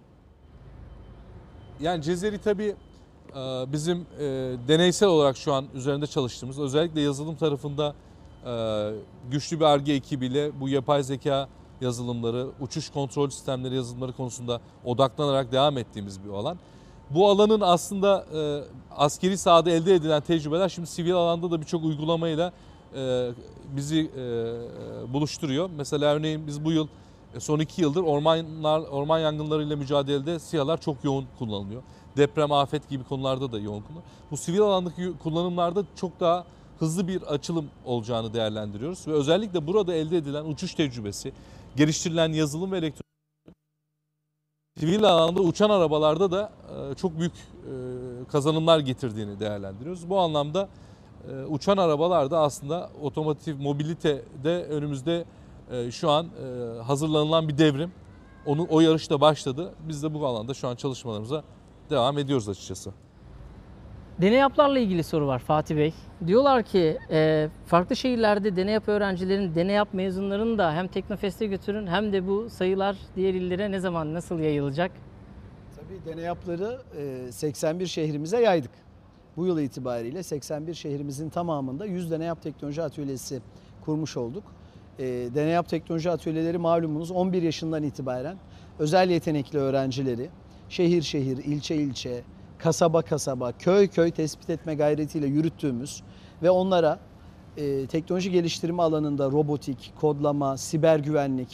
Yani Cezeri tabii bizim deneysel olarak şu an üzerinde çalıştığımız, özellikle yazılım tarafında güçlü bir Ar-Ge ekibiyle bu yapay zeka yazılımları, uçuş kontrol sistemleri yazılımları konusunda odaklanarak devam ettiğimiz bir alan. Bu alanın aslında askeri sahada elde edilen tecrübeler şimdi sivil alanda da birçok uygulamayla bizi buluşturuyor. Mesela örneğin biz bu yıl son 2 yıldır orman yangınlarıyla mücadelede SİHA'lar çok yoğun kullanılıyor. Deprem, afet gibi konularda da yoğun kullanılıyor. Bu sivil alandaki kullanımlarda çok daha hızlı bir açılım olacağını değerlendiriyoruz. Ve özellikle burada elde edilen uçuş tecrübesi, geliştirilen yazılım ve elektronik sivil alanda uçan arabalarda da çok büyük kazanımlar getirdiğini değerlendiriyoruz. Bu anlamda uçan arabalar da aslında otomotiv mobilitede önümüzde şu an hazırlanılan bir devrim. O yarış da başladı. Biz de bu alanda şu an çalışmalarımıza devam ediyoruz açıkçası. DENEYAP'larla ilgili soru var Fatih Bey. Diyorlar ki farklı şehirlerde DENEYAP öğrencilerin, DENEYAP mezunlarını da hem Teknofest'e götürün hem de bu sayılar diğer illere ne zaman, nasıl yayılacak? Tabii DENEYAP'ları 81 şehrimize yaydık. Bu yıl itibariyle 81 şehrimizin tamamında 100 DENEYAP Teknoloji Atölyesi kurmuş olduk. DENEYAP Teknoloji Atölyeleri malumunuz 11 yaşından itibaren özel yetenekli öğrencileri şehir şehir, ilçe ilçe, kasaba kasaba, köy köy tespit etme gayretiyle yürüttüğümüz ve onlara teknoloji geliştirme alanında robotik, kodlama, siber güvenlik,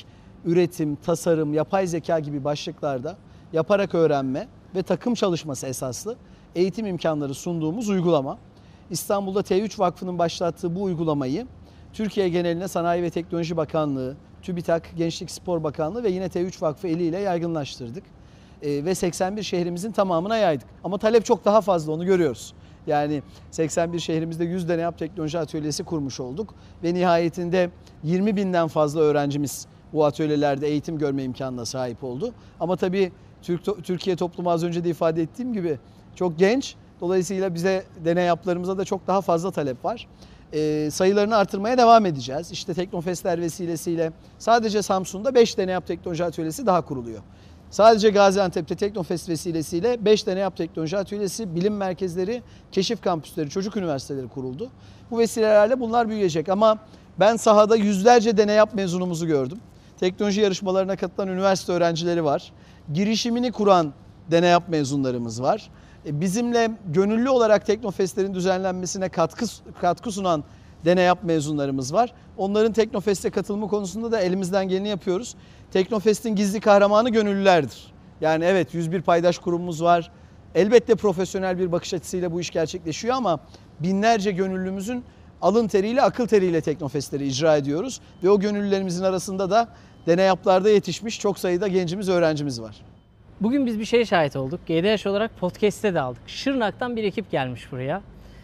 üretim, tasarım, yapay zeka gibi başlıklarda yaparak öğrenme ve takım çalışması esaslı eğitim imkanları sunduğumuz uygulama. İstanbul'da T3 Vakfı'nın başlattığı bu uygulamayı Türkiye geneline Sanayi ve Teknoloji Bakanlığı, TÜBİTAK, Gençlik Spor Bakanlığı ve yine T3 Vakfı eliyle yaygınlaştırdık. Ve 81 şehrimizin tamamına yaydık. Ama talep çok daha fazla, onu görüyoruz. Yani 81 şehrimizde 100 tane yap teknoloji atölyesi kurmuş olduk. Ve nihayetinde 20 binden fazla öğrencimiz bu atölyelerde eğitim görme imkanına sahip oldu. Ama tabii Türkiye toplumu az önce de ifade ettiğim gibi çok genç. Dolayısıyla bize deney yaplarımıza da çok daha fazla talep var. Sayılarını artırmaya devam edeceğiz. İşte Teknofestler vesilesiyle sadece Samsun'da 5 deney yap teknoloji atölyesi daha kuruluyor. Sadece Gaziantep'te Teknofest vesilesiyle 5 deney yap teknoloji atölyesi, bilim merkezleri, keşif kampüsleri, çocuk üniversiteleri kuruldu. Bu vesilelerle bunlar büyüyecek ama ben sahada yüzlerce deney yap mezunumuzu gördüm. Teknoloji yarışmalarına katılan üniversite öğrencileri var. Girişimini kuran deney yap mezunlarımız var. Bizimle gönüllü olarak Teknofestlerin düzenlenmesine katkı sunan deney yap mezunlarımız var. Onların Teknofest'e katılımı konusunda da elimizden geleni yapıyoruz. Teknofest'in gizli kahramanı gönüllülerdir. Yani evet, 101 paydaş kurumumuz var. Elbette profesyonel bir bakış açısıyla bu iş gerçekleşiyor ama binlerce gönüllümüzün alın teriyle, akıl teriyle Teknofest'leri icra ediyoruz. Ve o gönüllülerimizin arasında da deney yaplarda yetişmiş çok sayıda gencimiz, öğrencimiz var. Bugün biz bir şeye şahit olduk. GDH olarak podcast'te de aldık. Şırnak'tan bir ekip gelmiş buraya.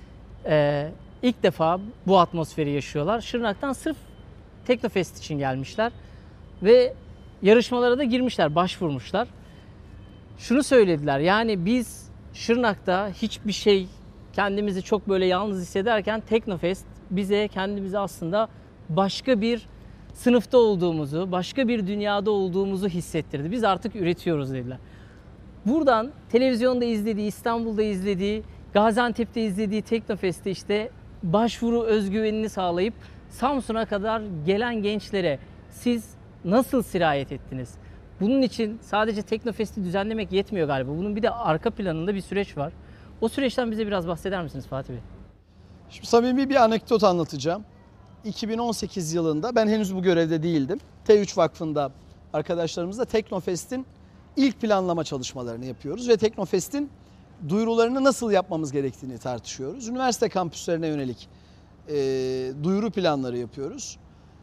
İlk defa bu atmosferi yaşıyorlar. Şırnak'tan sırf Teknofest için gelmişler. Ve yarışmalara da girmişler, başvurmuşlar. Şunu söylediler, yani biz Şırnak'ta hiçbir şey, kendimizi çok böyle yalnız hissederken Teknofest bize kendimizi aslında başka bir sınıfta olduğumuzu, başka bir dünyada olduğumuzu hissettirdi. Biz artık üretiyoruz dediler. Buradan televizyonda izlediği, İstanbul'da izlediği, Gaziantep'te izlediği Teknofest'te işte başvuru özgüvenini sağlayıp Samsun'a kadar gelen gençlere siz nasıl sirayet ettiniz? Bunun için sadece Teknofest'i düzenlemek yetmiyor galiba. Bunun bir de arka planında bir süreç var. O süreçten bize biraz bahseder misiniz Fatih Bey? Şimdi samimi bir anekdot anlatacağım. 2018 yılında ben henüz bu görevde değildim. T3 Vakfı'nda arkadaşlarımızla Teknofest'in ilk planlama çalışmalarını yapıyoruz ve Teknofest'in duyurularını nasıl yapmamız gerektiğini tartışıyoruz. Üniversite kampüslerine yönelik duyuru planları yapıyoruz.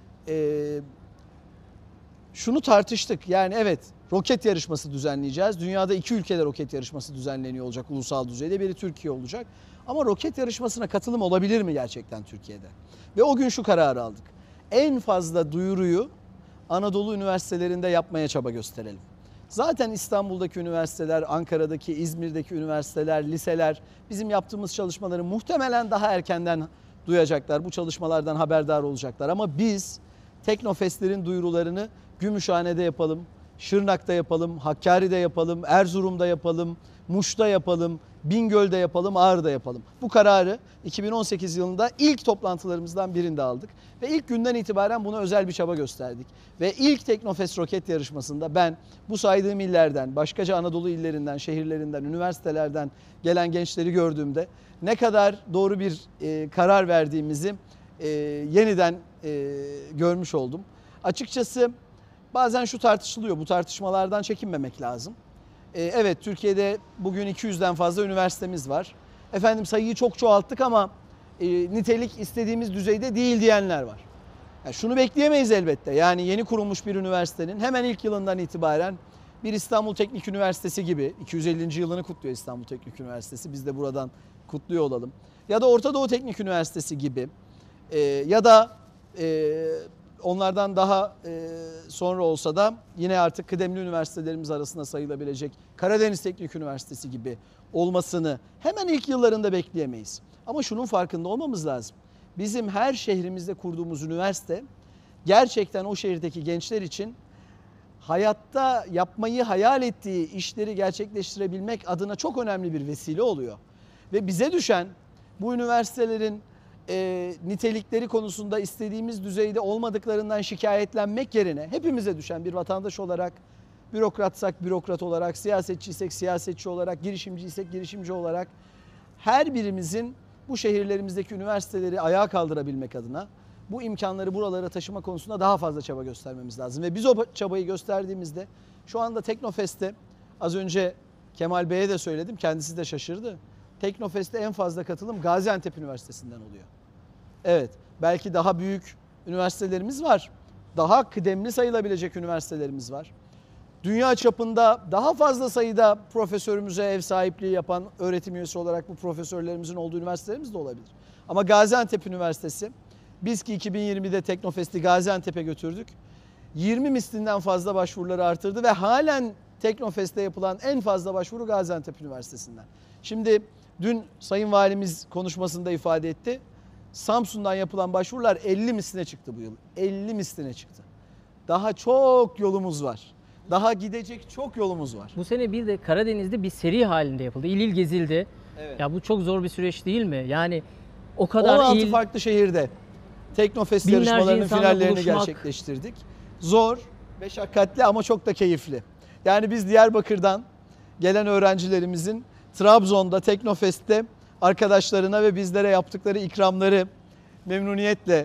Şunu tartıştık, yani evet, roket yarışması düzenleyeceğiz. Dünyada 2 ülkede roket yarışması düzenleniyor olacak ulusal düzeyde. Biri Türkiye olacak. Ama roket yarışmasına katılım olabilir mi gerçekten Türkiye'de? Ve o gün şu kararı aldık. En fazla duyuruyu Anadolu üniversitelerinde yapmaya çaba gösterelim. Zaten İstanbul'daki üniversiteler, Ankara'daki, İzmir'deki üniversiteler, liseler bizim yaptığımız çalışmaları muhtemelen daha erkenden duyacaklar. Bu çalışmalardan haberdar olacaklar. Ama biz Teknofestlerin duyurularını Gümüşhane'de yapalım, Şırnak'ta yapalım, Hakkari'de yapalım, Erzurum'da yapalım, Muş'ta yapalım, Bingöl'de yapalım, Ağrı'da yapalım. Bu kararı 2018 yılında ilk toplantılarımızdan birinde aldık. Ve ilk günden itibaren buna özel bir çaba gösterdik. Ve ilk Teknofest roket yarışmasında ben bu saydığım illerden, başkaca Anadolu illerinden, şehirlerinden, üniversitelerden gelen gençleri gördüğümde ne kadar doğru bir karar verdiğimizi yeniden görmüş oldum. Açıkçası bazen şu tartışılıyor, bu tartışmalardan çekinmemek lazım. Evet, Türkiye'de bugün 200'den fazla üniversitemiz var. Efendim sayıyı çok çoğalttık ama nitelik istediğimiz düzeyde değil diyenler var. Yani şunu bekleyemeyiz elbette. Yani yeni kurulmuş bir üniversitenin hemen ilk yılından itibaren bir İstanbul Teknik Üniversitesi gibi, 250. yılını kutluyor İstanbul Teknik Üniversitesi, biz de buradan kutluyor olalım. Ya da Orta Doğu Teknik Üniversitesi gibi ya da onlardan daha sonra olsa da yine artık kıdemli üniversitelerimiz arasında sayılabilecek Karadeniz Teknik Üniversitesi gibi olmasını hemen ilk yıllarında bekleyemeyiz. Ama şunun farkında olmamız lazım. Bizim her şehrimizde kurduğumuz üniversite gerçekten o şehirdeki gençler için hayatta yapmayı hayal ettiği işleri gerçekleştirebilmek adına çok önemli bir vesile oluyor. Ve bize düşen bu üniversitelerin nitelikleri konusunda istediğimiz düzeyde olmadıklarından şikayetlenmek yerine hepimize düşen bir vatandaş olarak, bürokratsak bürokrat olarak, siyasetçiysek siyasetçi olarak, girişimciysek girişimci olarak her birimizin bu şehirlerimizdeki üniversiteleri ayağa kaldırabilmek adına bu imkanları buralara taşıma konusunda daha fazla çaba göstermemiz lazım. Ve biz o çabayı gösterdiğimizde şu anda Teknofest'te, az önce Kemal Bey'e de söyledim, kendisi de şaşırdı. Teknofest'te en fazla katılım Gaziantep Üniversitesi'nden oluyor. Evet, belki daha büyük üniversitelerimiz var. Daha kıdemli sayılabilecek üniversitelerimiz var. Dünya çapında daha fazla sayıda profesörümüze ev sahipliği yapan öğretim üyesi olarak bu profesörlerimizin olduğu üniversitelerimiz de olabilir. Ama Gaziantep Üniversitesi, biz ki 2020'de Teknofest'i Gaziantep'e götürdük. 20 mislinden fazla başvuruları artırdı ve halen Teknofest'te yapılan en fazla başvuru Gaziantep Üniversitesi'nden. Şimdi dün Sayın Valimiz konuşmasında ifade etti. Samsun'dan yapılan başvurular 50 misline çıktı bu yıl. 50 misline çıktı. Daha çok yolumuz var. Daha gidecek çok yolumuz var. Bu sene bir de Karadeniz'de bir seri halinde yapıldı. İl il gezildi. Evet. Ya bu çok zor bir süreç değil mi? Yani o kadar 16 il, farklı şehirde Teknofest binlerce yarışmalarının insanla finallerini buluşmak. gerçekleştirdik. Zor, meşakkatli ama çok da keyifli. Yani biz Diyarbakır'dan gelen öğrencilerimizin Trabzon'da Teknofest'te arkadaşlarına ve bizlere yaptıkları ikramları memnuniyetle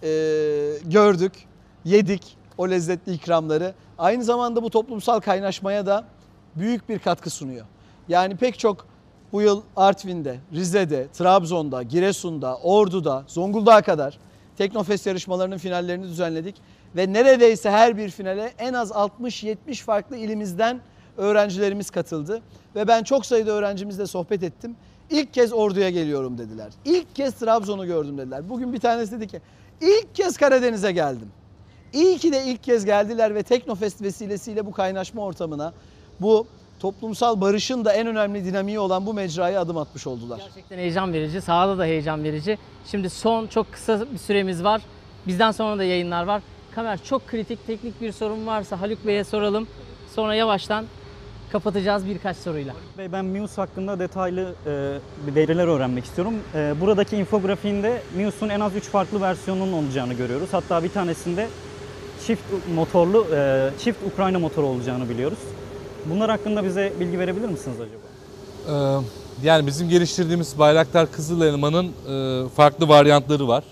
gördük, yedik o lezzetli ikramları. Aynı zamanda bu toplumsal kaynaşmaya da büyük bir katkı sunuyor. Yani pek çok bu yıl Artvin'de, Rize'de, Trabzon'da, Giresun'da, Ordu'da, Zonguldak'a kadar Teknofest yarışmalarının finallerini düzenledik. Ve neredeyse her bir finale en az 60-70 farklı ilimizden öğrencilerimiz katıldı. Ve ben çok sayıda öğrencimizle sohbet ettim. İlk kez Ordu'ya geliyorum dediler. İlk kez Trabzon'u gördüm dediler. Bugün bir tanesi dedi ki ilk kez Karadeniz'e geldim. İyi ki de ilk kez geldiler ve Teknofest vesilesiyle bu kaynaşma ortamına, bu toplumsal barışın da en önemli dinamiği olan bu mecraya adım atmış oldular. gerçekten heyecan verici. Sahada da heyecan verici. Şimdi son çok kısa bir süremiz var. Bizden sonra da yayınlar var. Kamer, çok kritik teknik bir sorun varsa Haluk Bey'e soralım. Sonra yavaştan kapatacağız birkaç soruyla. Bey, ben Muse hakkında detaylı veriler öğrenmek istiyorum. Buradaki infografiğinde Muse'un en az 3 farklı versiyonunun olacağını görüyoruz. Hatta bir tanesinde çift motorlu, çift Ukrayna motoru olacağını biliyoruz. Bunlar hakkında bize bilgi verebilir misiniz acaba? Yani bizim geliştirdiğimiz Bayraktar Kızıl Elma'nın farklı varyantları var.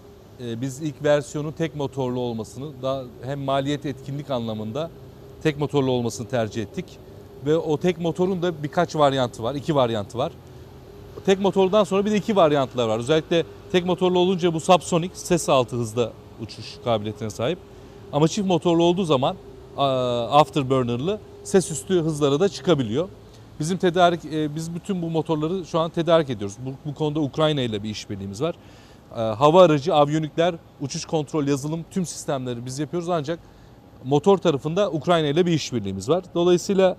Biz ilk versiyonun tek motorlu olmasını, daha hem maliyet etkinlik anlamında tek motorlu olmasını tercih ettik. Ve o tek motorun da birkaç varyantı var, 2 varyantı var. Tek motordan sonra bir de 2 varyantlar var. Özellikle tek motorlu olunca bu subsonic, ses altı hızda uçuş kabiliyetine sahip. Ama çift motorlu olduğu zaman afterburner'lı ses üstü hızlara da çıkabiliyor. Biz bütün bu motorları şu an tedarik ediyoruz. Bu konuda Ukrayna ile bir işbirliğimiz var. Hava aracı, aviyonikler, uçuş kontrol, yazılım, tüm sistemleri biz yapıyoruz ancak motor tarafında Ukrayna ile bir işbirliğimiz var. Dolayısıyla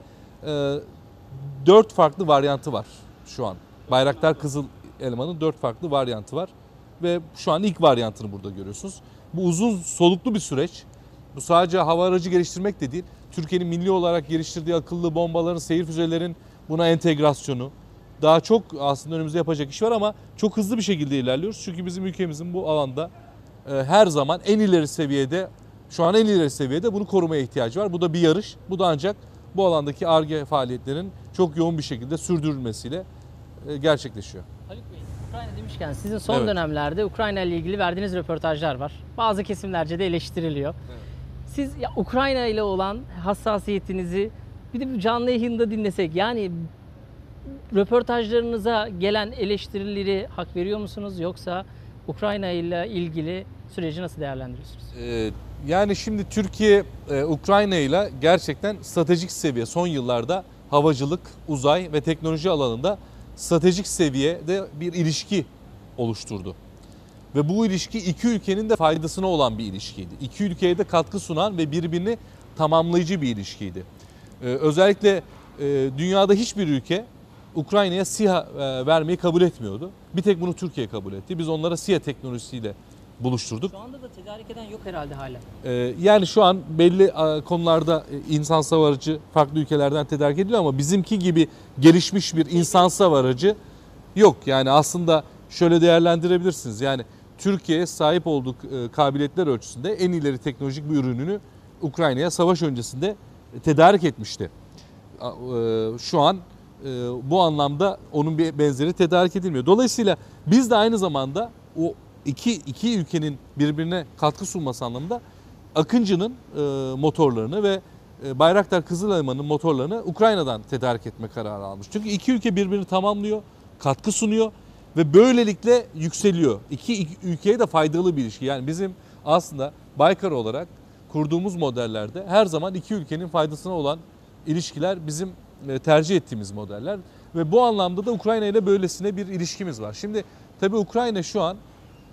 4 farklı varyantı var şu an. Bayraktar Kızıl Elma'nın 4 farklı varyantı var ve şu an ilk varyantını burada görüyorsunuz. Bu uzun soluklu bir süreç. Bu sadece hava aracı geliştirmek de değil. Türkiye'nin milli olarak geliştirdiği akıllı bombaların, seyir füzelerin buna entegrasyonu. Daha çok aslında önümüzde yapacak iş var ama çok hızlı bir şekilde ilerliyoruz. Çünkü bizim ülkemizin bu alanda her zaman en ileri seviyede, şu an en ileri seviyede bunu korumaya ihtiyacı var. Bu da bir yarış. Bu da ancak bu alandaki Ar-Ge faaliyetlerin çok yoğun bir şekilde sürdürülmesiyle gerçekleşiyor. Haluk Bey, Ukrayna demişken sizin son Evet. dönemlerde Ukrayna ile ilgili verdiğiniz röportajlar var. Bazı kesimlerce de eleştiriliyor. Evet. Siz Ukrayna ile olan hassasiyetinizi bir de bu canlı yayında dinlesek, yani röportajlarınıza gelen eleştirileri hak veriyor musunuz, yoksa Ukrayna ile ilgili süreci nasıl değerlendiriyorsunuz? Yani şimdi Türkiye Ukrayna ile gerçekten stratejik seviye son yıllarda havacılık, uzay ve teknoloji alanında stratejik seviyede bir ilişki oluşturdu. Ve bu ilişki iki ülkenin de faydasına olan bir ilişkiydi. İki ülkeye de katkı sunan ve birbirini tamamlayıcı bir ilişkiydi. Özellikle dünyada hiçbir ülke Ukrayna'ya SİHA vermeyi kabul etmiyordu. Bir tek bunu Türkiye kabul etti. Biz onlara SİHA teknolojisiyle buluşturduk. Şu anda da tedarik eden yok herhalde hala. Yani şu an belli konularda insansız hava aracı farklı ülkelerden tedarik ediliyor ama bizimki gibi gelişmiş bir insansız hava aracı yok. Yani aslında şöyle değerlendirebilirsiniz. Yani Türkiye sahip olduğu kabiliyetler ölçüsünde en ileri teknolojik bir ürününü Ukrayna'ya savaş öncesinde tedarik etmişti. Şu an bu anlamda onun bir benzeri tedarik edilmiyor. Dolayısıyla biz de aynı zamanda o iki ülkenin birbirine katkı sunması anlamında Akıncı'nın motorlarını ve Bayraktar Kızılelma'nın motorlarını Ukrayna'dan tedarik etme kararı almış. Çünkü iki ülke birbirini tamamlıyor, katkı sunuyor ve böylelikle yükseliyor. İki ülkeye de faydalı bir ilişki. Yani bizim aslında Baykar olarak kurduğumuz modellerde her zaman iki ülkenin faydasına olan ilişkiler bizim tercih ettiğimiz modeller. Ve bu anlamda da Ukrayna ile böylesine bir ilişkimiz var. Şimdi tabii Ukrayna şu an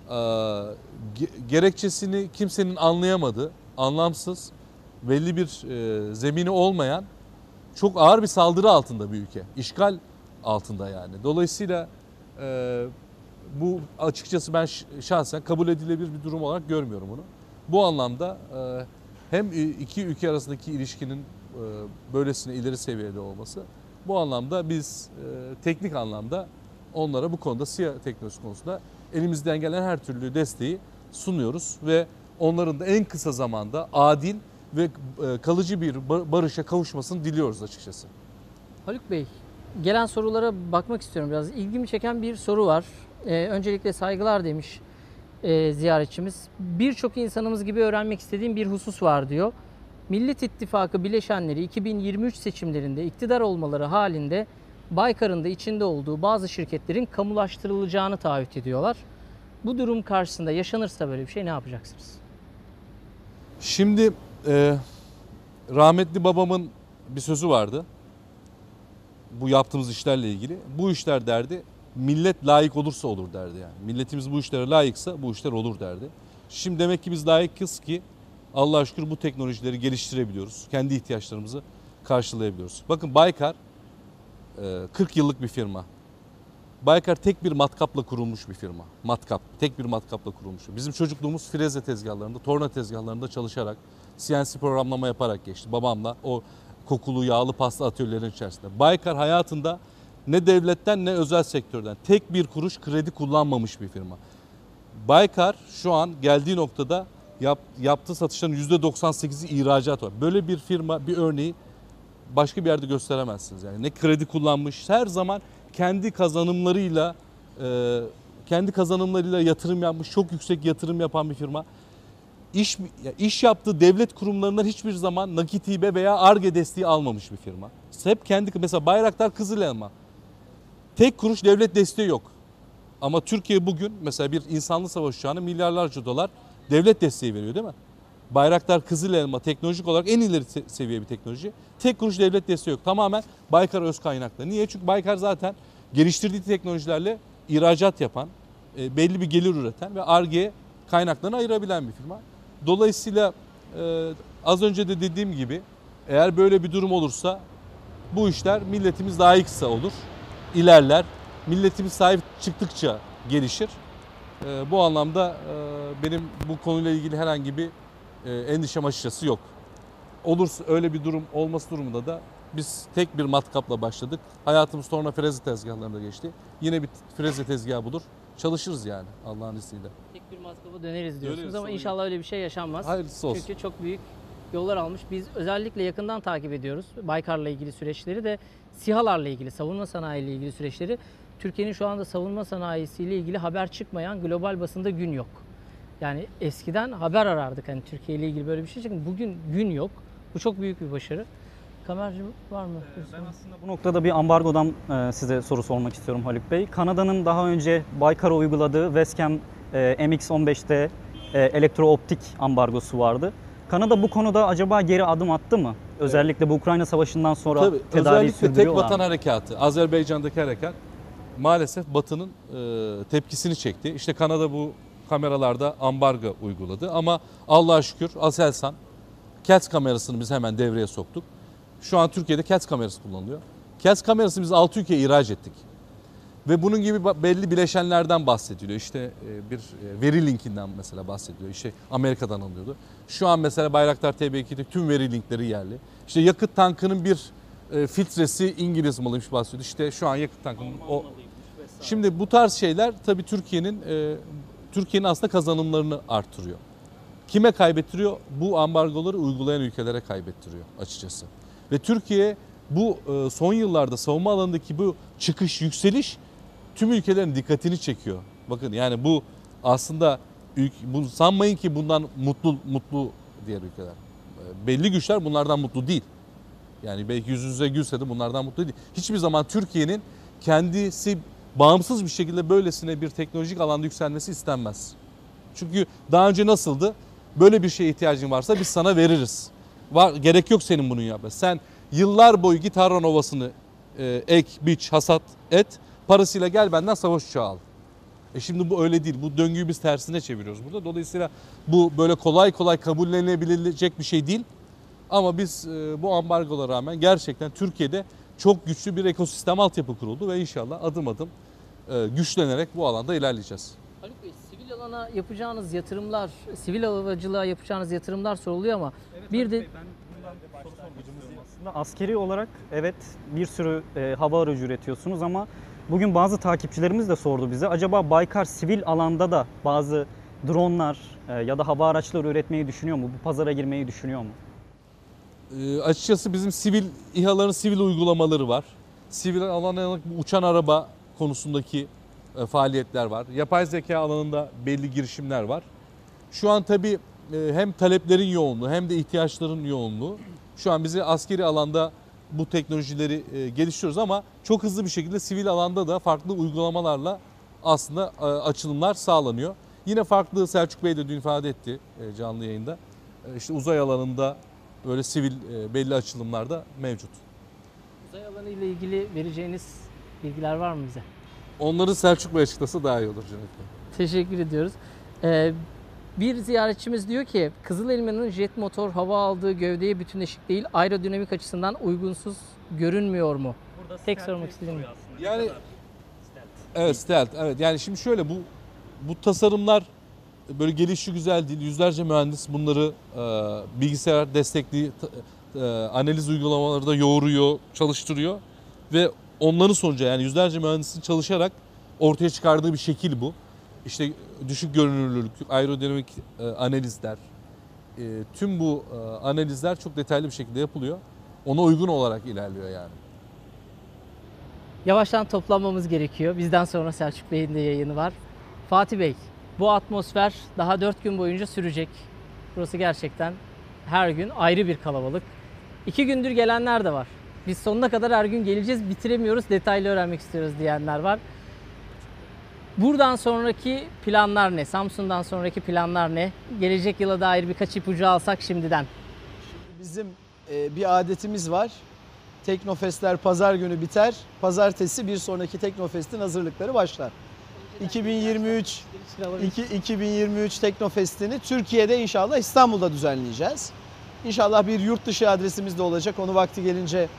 gerekçesini kimsenin anlayamadığı, anlamsız, belli bir zemini olmayan çok ağır bir saldırı altında bir ülke. İşgal altında yani. Dolayısıyla bu açıkçası ben şahsen kabul edilebilir bir durum olarak görmüyorum bunu. Bu anlamda hem iki ülke arasındaki ilişkinin böylesine ileri seviyede olması, bu anlamda biz teknik anlamda onlara bu konuda SİHA teknolojisi konusunda elimizden gelen her türlü desteği sunuyoruz ve onların da en kısa zamanda adil ve kalıcı bir barışa kavuşmasını diliyoruz açıkçası. Haluk Bey, gelen sorulara bakmak istiyorum biraz. İlgimi çeken bir soru var. Öncelikle saygılar demiş ziyaretçimiz. Birçok insanımız gibi öğrenmek istediğim bir husus var diyor. Millet İttifakı bileşenleri 2023 seçimlerinde iktidar olmaları halinde Baykar'ın da içinde olduğu bazı şirketlerin kamulaştırılacağını taahhüt ediyorlar. Bu durum karşısında yaşanırsa böyle bir şey ne yapacaksınız? Şimdi rahmetli babamın bir sözü vardı. Bu yaptığımız işlerle ilgili. Bu işler derdi, millet layık olursa olur derdi yani. Milletimiz bu işlere layıksa bu işler olur derdi. Şimdi demek ki biz layıkız ki Allah'a şükür bu teknolojileri geliştirebiliyoruz. Kendi ihtiyaçlarımızı karşılayabiliyoruz. Bakın Baykar 40 yıllık bir firma. Baykar tek bir matkapla kurulmuş bir firma. Matkap, tek bir matkapla kurulmuş. Bizim çocukluğumuz freze tezgahlarında, torna tezgahlarında çalışarak, CNC programlama yaparak geçti. Babamla o kokulu, yağlı pasta atölyelerinin içerisinde. Baykar hayatında ne devletten ne özel sektörden tek bir kuruş kredi kullanmamış bir firma. Baykar şu an geldiği noktada yaptığı satışların %98'i ihracat var. Böyle bir firma, bir örneği başka bir yerde gösteremezsiniz. Yani ne kredi kullanmış, her zaman kendi kazanımlarıyla yatırım yapmış, çok yüksek yatırım yapan bir firma. İş yaptığı devlet kurumlarından hiçbir zaman nakit hibe veya Ar-Ge desteği almamış bir firma. Hep mesela Bayraktar Kızılelma. Tek kuruş devlet desteği yok. Ama Türkiye bugün mesela bir insanlı savaş uçağına milyarlarca dolar devlet desteği veriyor değil mi? Bayraktar Kızılelma teknolojik olarak en ileri seviye bir teknoloji. Tek kuruş devlet desteği yok. Tamamen Baykar öz kaynaklı. Niye? Çünkü Baykar zaten geliştirdiği teknolojilerle ihracat yapan, belli bir gelir üreten ve Ar-Ge kaynaklarını ayırabilen bir firma. Dolayısıyla az önce de dediğim gibi eğer böyle bir durum olursa bu işler milletimiz layıksa olur, ilerler. Milletimiz sahip çıktıkça gelişir. Bu anlamda benim bu konuyla ilgili herhangi bir endişem açıkçası yok. Olursa öyle bir durum olması durumunda da biz tek bir matkapla başladık. Hayatımız sonra freze tezgahlarına geçti. Yine bir freze tezgahı bulur. Çalışırız yani Allah'ın izniyle. Tek bir matkaba döneriz diyorsunuz Döneriz, ama tabii. inşallah öyle bir şey yaşanmaz. Hayırlısı olsun. Çünkü çok büyük yollar almış. Biz özellikle yakından takip ediyoruz Baykar'la ilgili süreçleri de SİHA'larla ilgili, savunma sanayiyle ilgili süreçleri. Türkiye'nin şu anda savunma sanayisiyle ilgili haber çıkmayan global basında gün yok. Yani eskiden haber arardık hani Türkiye ile ilgili böyle bir şey çıkın. Bugün gün yok. Bu çok büyük bir başarı. Kameracı var mı? Ben aslında bu noktada bir ambargodan size soru sormak istiyorum Haluk Bey. Kanada'nın daha önce Baykar'a uyguladığı Westcam MX-15'te elektrooptik ambargosu vardı. Kanada bu konuda acaba geri adım attı mı? Özellikle bu Ukrayna Savaşı'ndan sonra Tabii, tedarik özellikle tek sürdürüyorlar vatan mı? harekatı, Azerbaycan'daki harekat maalesef Batı'nın tepkisini çekti. İşte Kanada bu kameralarda ambargo uyguladı ama Allah'a şükür Aselsan CATS kamerasını biz hemen devreye soktuk. Şu an Türkiye'de CATS kamerası kullanılıyor. CATS kamerasını biz 6 ülkeye ihraç ettik. Ve bunun gibi belli bileşenlerden bahsediliyor. İşte bir veri linkinden mesela bahsediliyor. İşte Amerika'dan alıyordu. Şu an mesela Bayraktar TB2'de tüm veri linkleri yerli. İşte yakıt tankının bir filtresi İngiliz malıymış bahsediyor. İşte şu an yakıt tankının o. Şimdi bu tarz şeyler tabii Türkiye'nin aslında kazanımlarını artırıyor. Kime kaybettiriyor? Bu ambargoları uygulayan ülkelere kaybettiriyor açıkçası. Ve Türkiye bu son yıllarda savunma alanındaki bu çıkış, yükseliş tüm ülkelerin dikkatini çekiyor. Bakın yani bu aslında bunu sanmayın ki bundan mutlu diğer ülkeler. Belli güçler bunlardan mutlu değil. Yani belki yüz yüze gülse de bunlardan mutlu değil. Hiçbir zaman Türkiye'nin kendisi bağımsız bir şekilde böylesine bir teknolojik alanda yükselmesi istenmez. Çünkü daha önce nasıldı? Böyle bir şeye ihtiyacın varsa biz sana veririz. Gerek yok senin bunu yapma. Sen yıllar boyu git Harran Ovası'nı ek, biç, hasat et. Parasıyla gel benden savaş uçağı al. Şimdi bu öyle değil. Bu döngüyü biz tersine çeviriyoruz burada. Dolayısıyla bu böyle kolay kolay kabullenebilecek bir şey değil. Ama biz bu ambargolara rağmen gerçekten Türkiye'de çok güçlü bir ekosistem altyapı kuruldu ve inşallah adım adım güçlenerek bu alanda ilerleyeceğiz. Haluk Bey, sivil alana yapacağınız yatırımlar, sivil havacılığa yapacağınız yatırımlar soruluyor ama bir de Aslında askeri olarak evet bir sürü hava aracı üretiyorsunuz ama bugün bazı takipçilerimiz de sordu bize. Acaba Baykar sivil alanda da bazı dronlar ya da hava araçları üretmeyi düşünüyor mu? Bu pazara girmeyi düşünüyor mu? Açıkçası bizim sivil İHA'ların sivil uygulamaları var. Sivil alana uçan araba konusundaki faaliyetler var. Yapay zeka alanında belli girişimler var. Şu an tabii hem taleplerin yoğunluğu hem de ihtiyaçların yoğunluğu. Şu an bizi askeri alanda bu teknolojileri geliştiriyoruz ama çok hızlı bir şekilde sivil alanda da farklı uygulamalarla aslında açılımlar sağlanıyor. Yine farklı, Selçuk Bey de dün ifade etti canlı yayında. İşte uzay alanında böyle sivil belli açılımlar da mevcut. uzay alanı ile ilgili vereceğiniz bilgiler var mı bize? Onları Selçuk Bey açıklasa daha iyi olur Cüneyt Bey. Teşekkür ediyoruz. Bir ziyaretçimiz diyor ki Kızıl Elma'nın jet motor hava aldığı gövdeye bütünleşik değil, aerodinamik açısından uygunsuz görünmüyor mu? Tek sormak istediğim. Yani evet, stealth. Evet. Yani şimdi şöyle bu tasarımlar böyle gelişi güzel değil. Yüzlerce mühendis bunları bilgisayar destekli analiz uygulamaları da yoğuruyor, çalıştırıyor ve onların sonucu yani yüzlerce mühendisin çalışarak ortaya çıkardığı bir şekil bu. İşte düşük görünürlülük, aerodinamik analizler, tüm bu analizler çok detaylı bir şekilde yapılıyor. Ona uygun olarak ilerliyor yani. Yavaştan toplanmamız gerekiyor. Bizden sonra Selçuk Bey'in de yayını var. Fatih Bey, bu atmosfer daha 4 gün boyunca sürecek. Burası gerçekten her gün ayrı bir kalabalık. 2 gündür gelenler de var. Biz sonuna kadar her gün geleceğiz, bitiremiyoruz, detaylı öğrenmek istiyoruz diyenler var. Buradan sonraki planlar ne? Samsun'dan sonraki planlar ne? Gelecek yıla dair birkaç ipucu alsak şimdiden. Bizim bir adetimiz var. Teknofestler pazar günü biter. Pazartesi bir sonraki Teknofest'in hazırlıkları başlar. 2023 Teknofest'ini Türkiye'de inşallah İstanbul'da düzenleyeceğiz. İnşallah bir yurt dışı adresimiz de olacak. Onu vakti gelince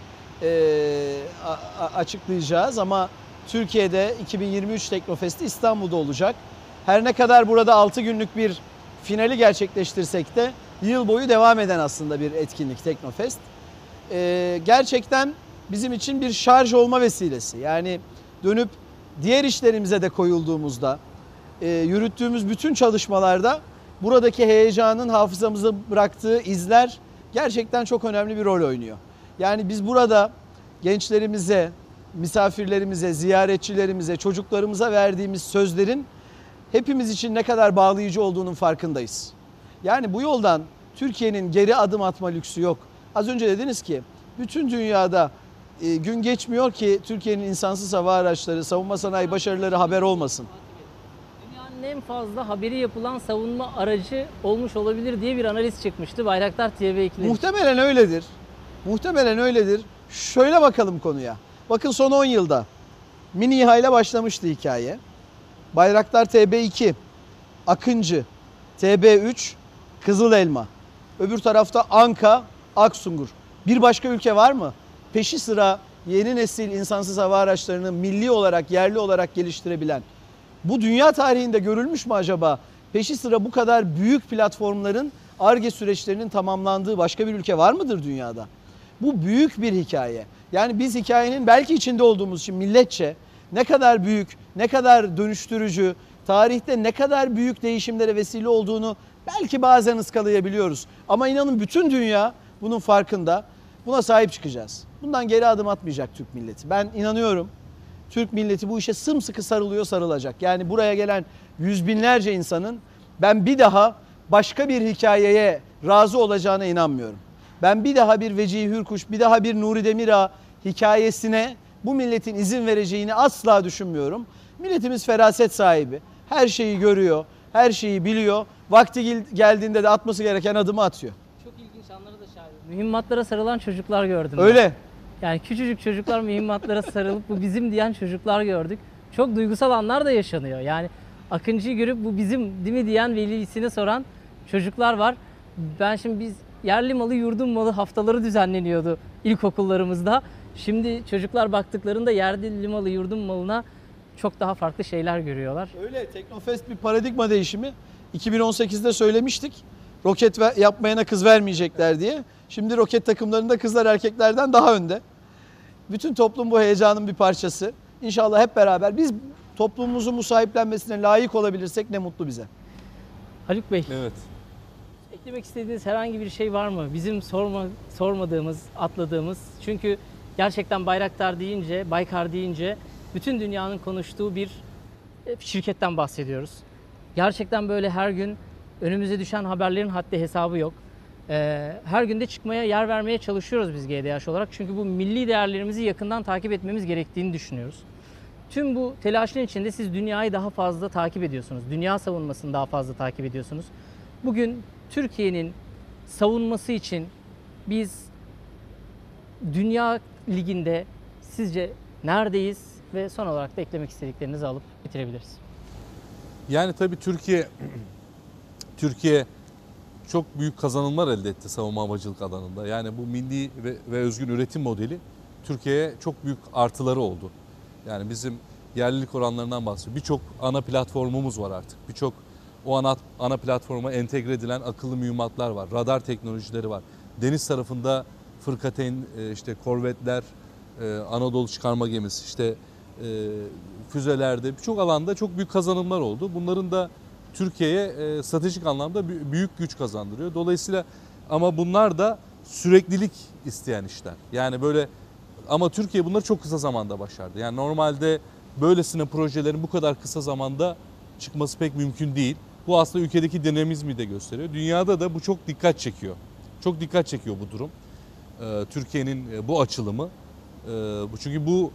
açıklayacağız ama Türkiye'de 2023 Teknofest'i İstanbul'da olacak. Her ne kadar burada 6 günlük bir finali gerçekleştirsek de yıl boyu devam eden aslında bir etkinlik Teknofest. Gerçekten bizim için bir şarj olma vesilesi. Yani dönüp diğer işlerimize de koyulduğumuzda, yürüttüğümüz bütün çalışmalarda buradaki heyecanın hafızamıza bıraktığı izler gerçekten çok önemli bir rol oynuyor. Yani biz burada gençlerimize, misafirlerimize, ziyaretçilerimize, çocuklarımıza verdiğimiz sözlerin hepimiz için ne kadar bağlayıcı olduğunun farkındayız. Yani bu yoldan Türkiye'nin geri adım atma lüksü yok. Az önce dediniz ki bütün dünyada gün geçmiyor ki Türkiye'nin insansız hava araçları, savunma sanayi başarıları haber olmasın. Dünyanın en fazla haberi yapılan savunma aracı olmuş olabilir diye bir analiz çıkmıştı Bayraktar TB2'ler. Muhtemelen öyledir. Muhtemelen öyledir. Şöyle bakalım konuya. Bakın son 10 yılda Mini İHA ile başlamıştı hikaye. Bayraktar TB2, Akıncı, TB3, Kızıl Elma. Öbür tarafta Anka, Aksungur. Bir başka ülke var mı? Peşi sıra yeni nesil insansız hava araçlarını milli olarak, yerli olarak geliştirebilen. Bu dünya tarihinde görülmüş mü acaba? Peşi sıra bu kadar büyük platformların Ar-Ge süreçlerinin tamamlandığı başka bir ülke var mıdır dünyada? Bu büyük bir hikaye. Yani biz hikayenin belki içinde olduğumuz için milletçe ne kadar büyük, ne kadar dönüştürücü, tarihte ne kadar büyük değişimlere vesile olduğunu belki bazen ıskalayabiliyoruz. Ama inanın bütün dünya bunun farkında. Buna sahip çıkacağız. Bundan geri adım atmayacak Türk milleti. Ben inanıyorum Türk milleti bu işe sımsıkı sarılıyor, sarılacak. Yani buraya gelen yüz binlerce insanın ben bir daha başka bir hikayeye razı olacağına inanmıyorum. Ben bir daha bir Vecihi Hürkuş, bir daha bir Nuri Demirağ hikayesine bu milletin izin vereceğini asla düşünmüyorum. Milletimiz feraset sahibi. Her şeyi görüyor, her şeyi biliyor. Vakti geldiğinde de atması gereken adımı atıyor. Çok ilginç anlara da şahidim. Mühimmatlara sarılan çocuklar gördüm ben. Öyle. Yani küçücük çocuklar mühimmatlara sarılıp bu bizim diyen çocuklar gördük. Çok duygusal anlar da yaşanıyor. Yani Akıncı'yı görüp bu bizim değil mi diyen velisine soran çocuklar var. Ben şimdi biz yerli malı yurdum malı haftaları düzenleniyordu ilkokullarımızda. Şimdi çocuklar baktıklarında yerli malı yurdum malına çok daha farklı şeyler görüyorlar. Öyle. Teknofest bir paradigma değişimi. 2018'de söylemiştik. Roket yapmayana kız vermeyecekler diye. Şimdi roket takımlarında kızlar erkeklerden daha önde. Bütün toplum bu heyecanın bir parçası. İnşallah hep beraber biz toplumumuzun bu sahiplenmesine layık olabilirsek ne mutlu bize. Haluk Bey, Evet. eklemek istediğiniz herhangi bir şey var mı? Bizim sormadığımız, atladığımız. Çünkü gerçekten Bayraktar deyince, Baykar deyince bütün dünyanın konuştuğu bir şirketten bahsediyoruz. Gerçekten böyle her gün önümüze düşen haberlerin haddi hesabı yok. Her günde çıkmaya, yer vermeye çalışıyoruz biz GDH olarak. Çünkü bu milli değerlerimizi yakından takip etmemiz gerektiğini düşünüyoruz. Tüm bu telaşın içinde siz dünyayı daha fazla takip ediyorsunuz. Dünya savunmasını daha fazla takip ediyorsunuz. Bugün Türkiye'nin savunması için biz Dünya Ligi'nde sizce neredeyiz ve son olarak da eklemek istediklerinizi alıp bitirebiliriz. Yani tabii Türkiye çok büyük kazanımlar elde etti savunma havacılık alanında. Yani bu milli ve özgün üretim modeli Türkiye'ye çok büyük artıları oldu. Yani bizim yerlilik oranlarından bahsediyor. Birçok ana platformumuz var artık. Birçok o ana platforma entegre edilen akıllı mühimmatlar var. Radar teknolojileri var. Deniz tarafında fırkateyn, işte korvetler, Anadolu çıkarma gemisi, işte füzelerde birçok alanda çok büyük kazanımlar oldu. Bunların da Türkiye'ye stratejik anlamda büyük güç kazandırıyor. Dolayısıyla ama bunlar da süreklilik isteyen işler. Yani böyle ama Türkiye bunları çok kısa zamanda başardı. Yani normalde böylesine projelerin bu kadar kısa zamanda çıkması pek mümkün değil. Bu aslında ülkedeki dinamizmi de gösteriyor. Dünyada da bu çok dikkat çekiyor. Çok dikkat çekiyor bu durum. Türkiye'nin bu açılımı. Çünkü bu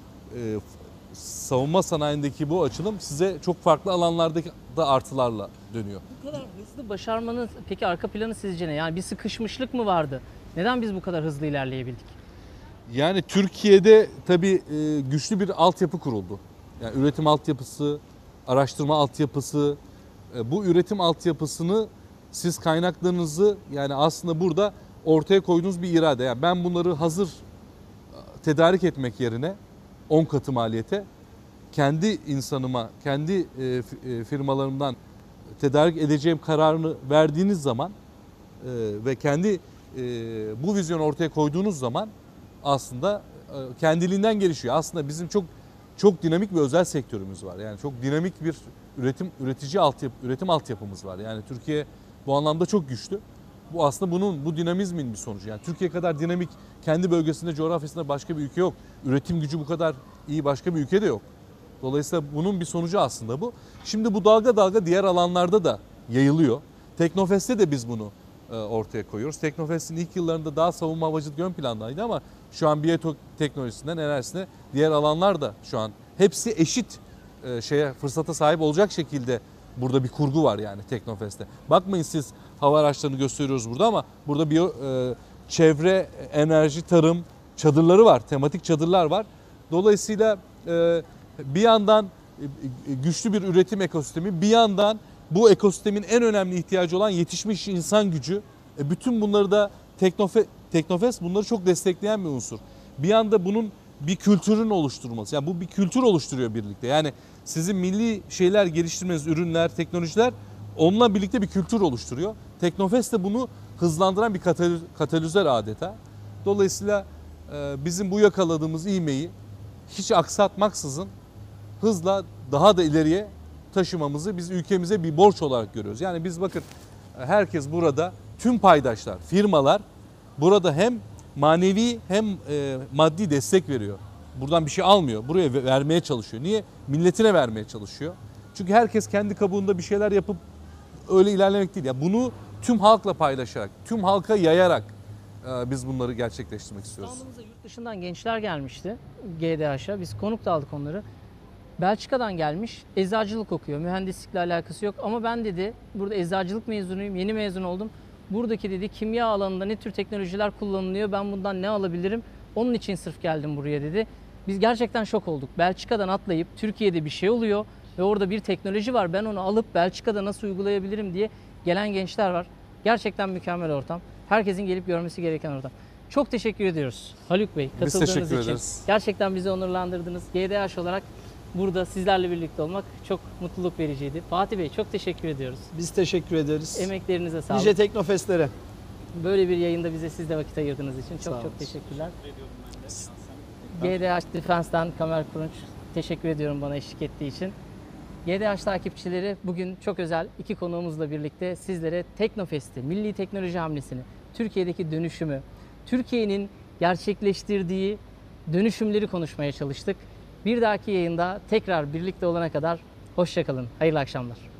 savunma sanayindeki bu açılım size çok farklı alanlardaki da artılarla dönüyor. Bu kadar hızlı başarmanın peki arka planı sizce ne? Yani bir sıkışmışlık mı vardı? Neden biz bu kadar hızlı ilerleyebildik? Yani Türkiye'de tabii güçlü bir altyapı kuruldu. Yani üretim altyapısı, araştırma altyapısı, bu üretim altyapısını siz kaynaklarınızı yani aslında burada ortaya koyduğunuz bir irade. Yani ben bunları hazır tedarik etmek yerine 10 katı maliyete kendi insanıma, kendi firmalarımdan tedarik edeceğim kararını verdiğiniz zaman ve kendi bu vizyonu ortaya koyduğunuz zaman aslında kendiliğinden gelişiyor. Aslında bizim çok dinamik bir özel sektörümüz var. Yani çok dinamik bir üretim altyapımız var. Yani Türkiye bu anlamda çok güçlü. Bu aslında bu dinamizmin bir sonucu. Yani Türkiye kadar dinamik kendi bölgesinde, coğrafyasında başka bir ülke yok. Üretim gücü bu kadar iyi başka bir ülkede yok. Dolayısıyla bunun bir sonucu aslında bu. Şimdi bu dalga dalga diğer alanlarda da yayılıyor. Teknofest'te de biz bunu ortaya koyuyoruz. Teknofest'in ilk yıllarında daha savunma havacılık ön plandaydı ama şu an biyoteknolojisinden enerjisine diğer alanlar da şu an hepsi eşit fırsata sahip olacak şekilde burada bir kurgu var yani Teknofest'te. Bakmayın siz hava araçlarını gösteriyoruz burada ama burada çevre, enerji, tarım çadırları var. Tematik çadırlar var. Dolayısıyla bir yandan güçlü bir üretim ekosistemi, bir yandan bu ekosistemin en önemli ihtiyacı olan yetişmiş insan gücü. Bütün bunları da Teknofest bunları çok destekleyen bir unsur. Bir yanda bunun bir kültürün oluşturulması. Yani bu bir kültür oluşturuyor birlikte. Yani sizin milli şeyler geliştirmeniz, ürünler, teknolojiler onunla birlikte bir kültür oluşturuyor. Teknofest de bunu hızlandıran bir katalizör adeta. Dolayısıyla bizim bu yakaladığımız ivmeyi hiç aksatmaksızın hızla daha da ileriye taşımamızı biz ülkemize bir borç olarak görüyoruz. Yani biz bakın herkes burada, tüm paydaşlar, firmalar burada hem manevi hem maddi destek veriyor. Buradan bir şey almıyor. Buraya vermeye çalışıyor. Niye? Milletine vermeye çalışıyor. Çünkü herkes kendi kabuğunda bir şeyler yapıp öyle ilerlemek değil. Yani bunu tüm halkla paylaşarak, tüm halka yayarak biz bunları gerçekleştirmek istiyoruz. Standımıza yurt dışından gençler gelmişti GDH'a. Biz konuk da aldık onları. Belçika'dan gelmiş, eczacılık okuyor. Mühendislikle alakası yok ama ben dedi burada eczacılık mezunuyum, yeni mezun oldum. Buradaki dedi kimya alanında ne tür teknolojiler kullanılıyor, ben bundan ne alabilirim? Onun için sırf geldim buraya dedi. Biz gerçekten şok olduk. Belçika'dan atlayıp Türkiye'de bir şey oluyor ve orada bir teknoloji var. Ben onu alıp Belçika'da nasıl uygulayabilirim diye gelen gençler var. Gerçekten mükemmel ortam. Herkesin gelip görmesi gereken ortam. Çok teşekkür ediyoruz Haluk Bey katıldığınız teşekkür için. ederiz. Gerçekten bizi onurlandırdınız. GDH olarak burada sizlerle birlikte olmak çok mutluluk vericiydi. Fatih Bey çok teşekkür ediyoruz. Biz teşekkür ederiz. Emeklerinize sağlık. Nice Teknofestlere. Böyle bir yayında bize siz de vakit ayırdığınız için Sağ çok olun. çok teşekkürler. GDH Defense'den Kamer Kurunç teşekkür ediyorum bana eşlik ettiği için. GDH takipçileri bugün çok özel iki konuğumuzla birlikte sizlere Teknofest'i, milli teknoloji hamlesini, Türkiye'deki dönüşümü, Türkiye'nin gerçekleştirdiği dönüşümleri konuşmaya çalıştık. Bir dahaki yayında tekrar birlikte olana kadar hoşça kalın. Hayırlı akşamlar.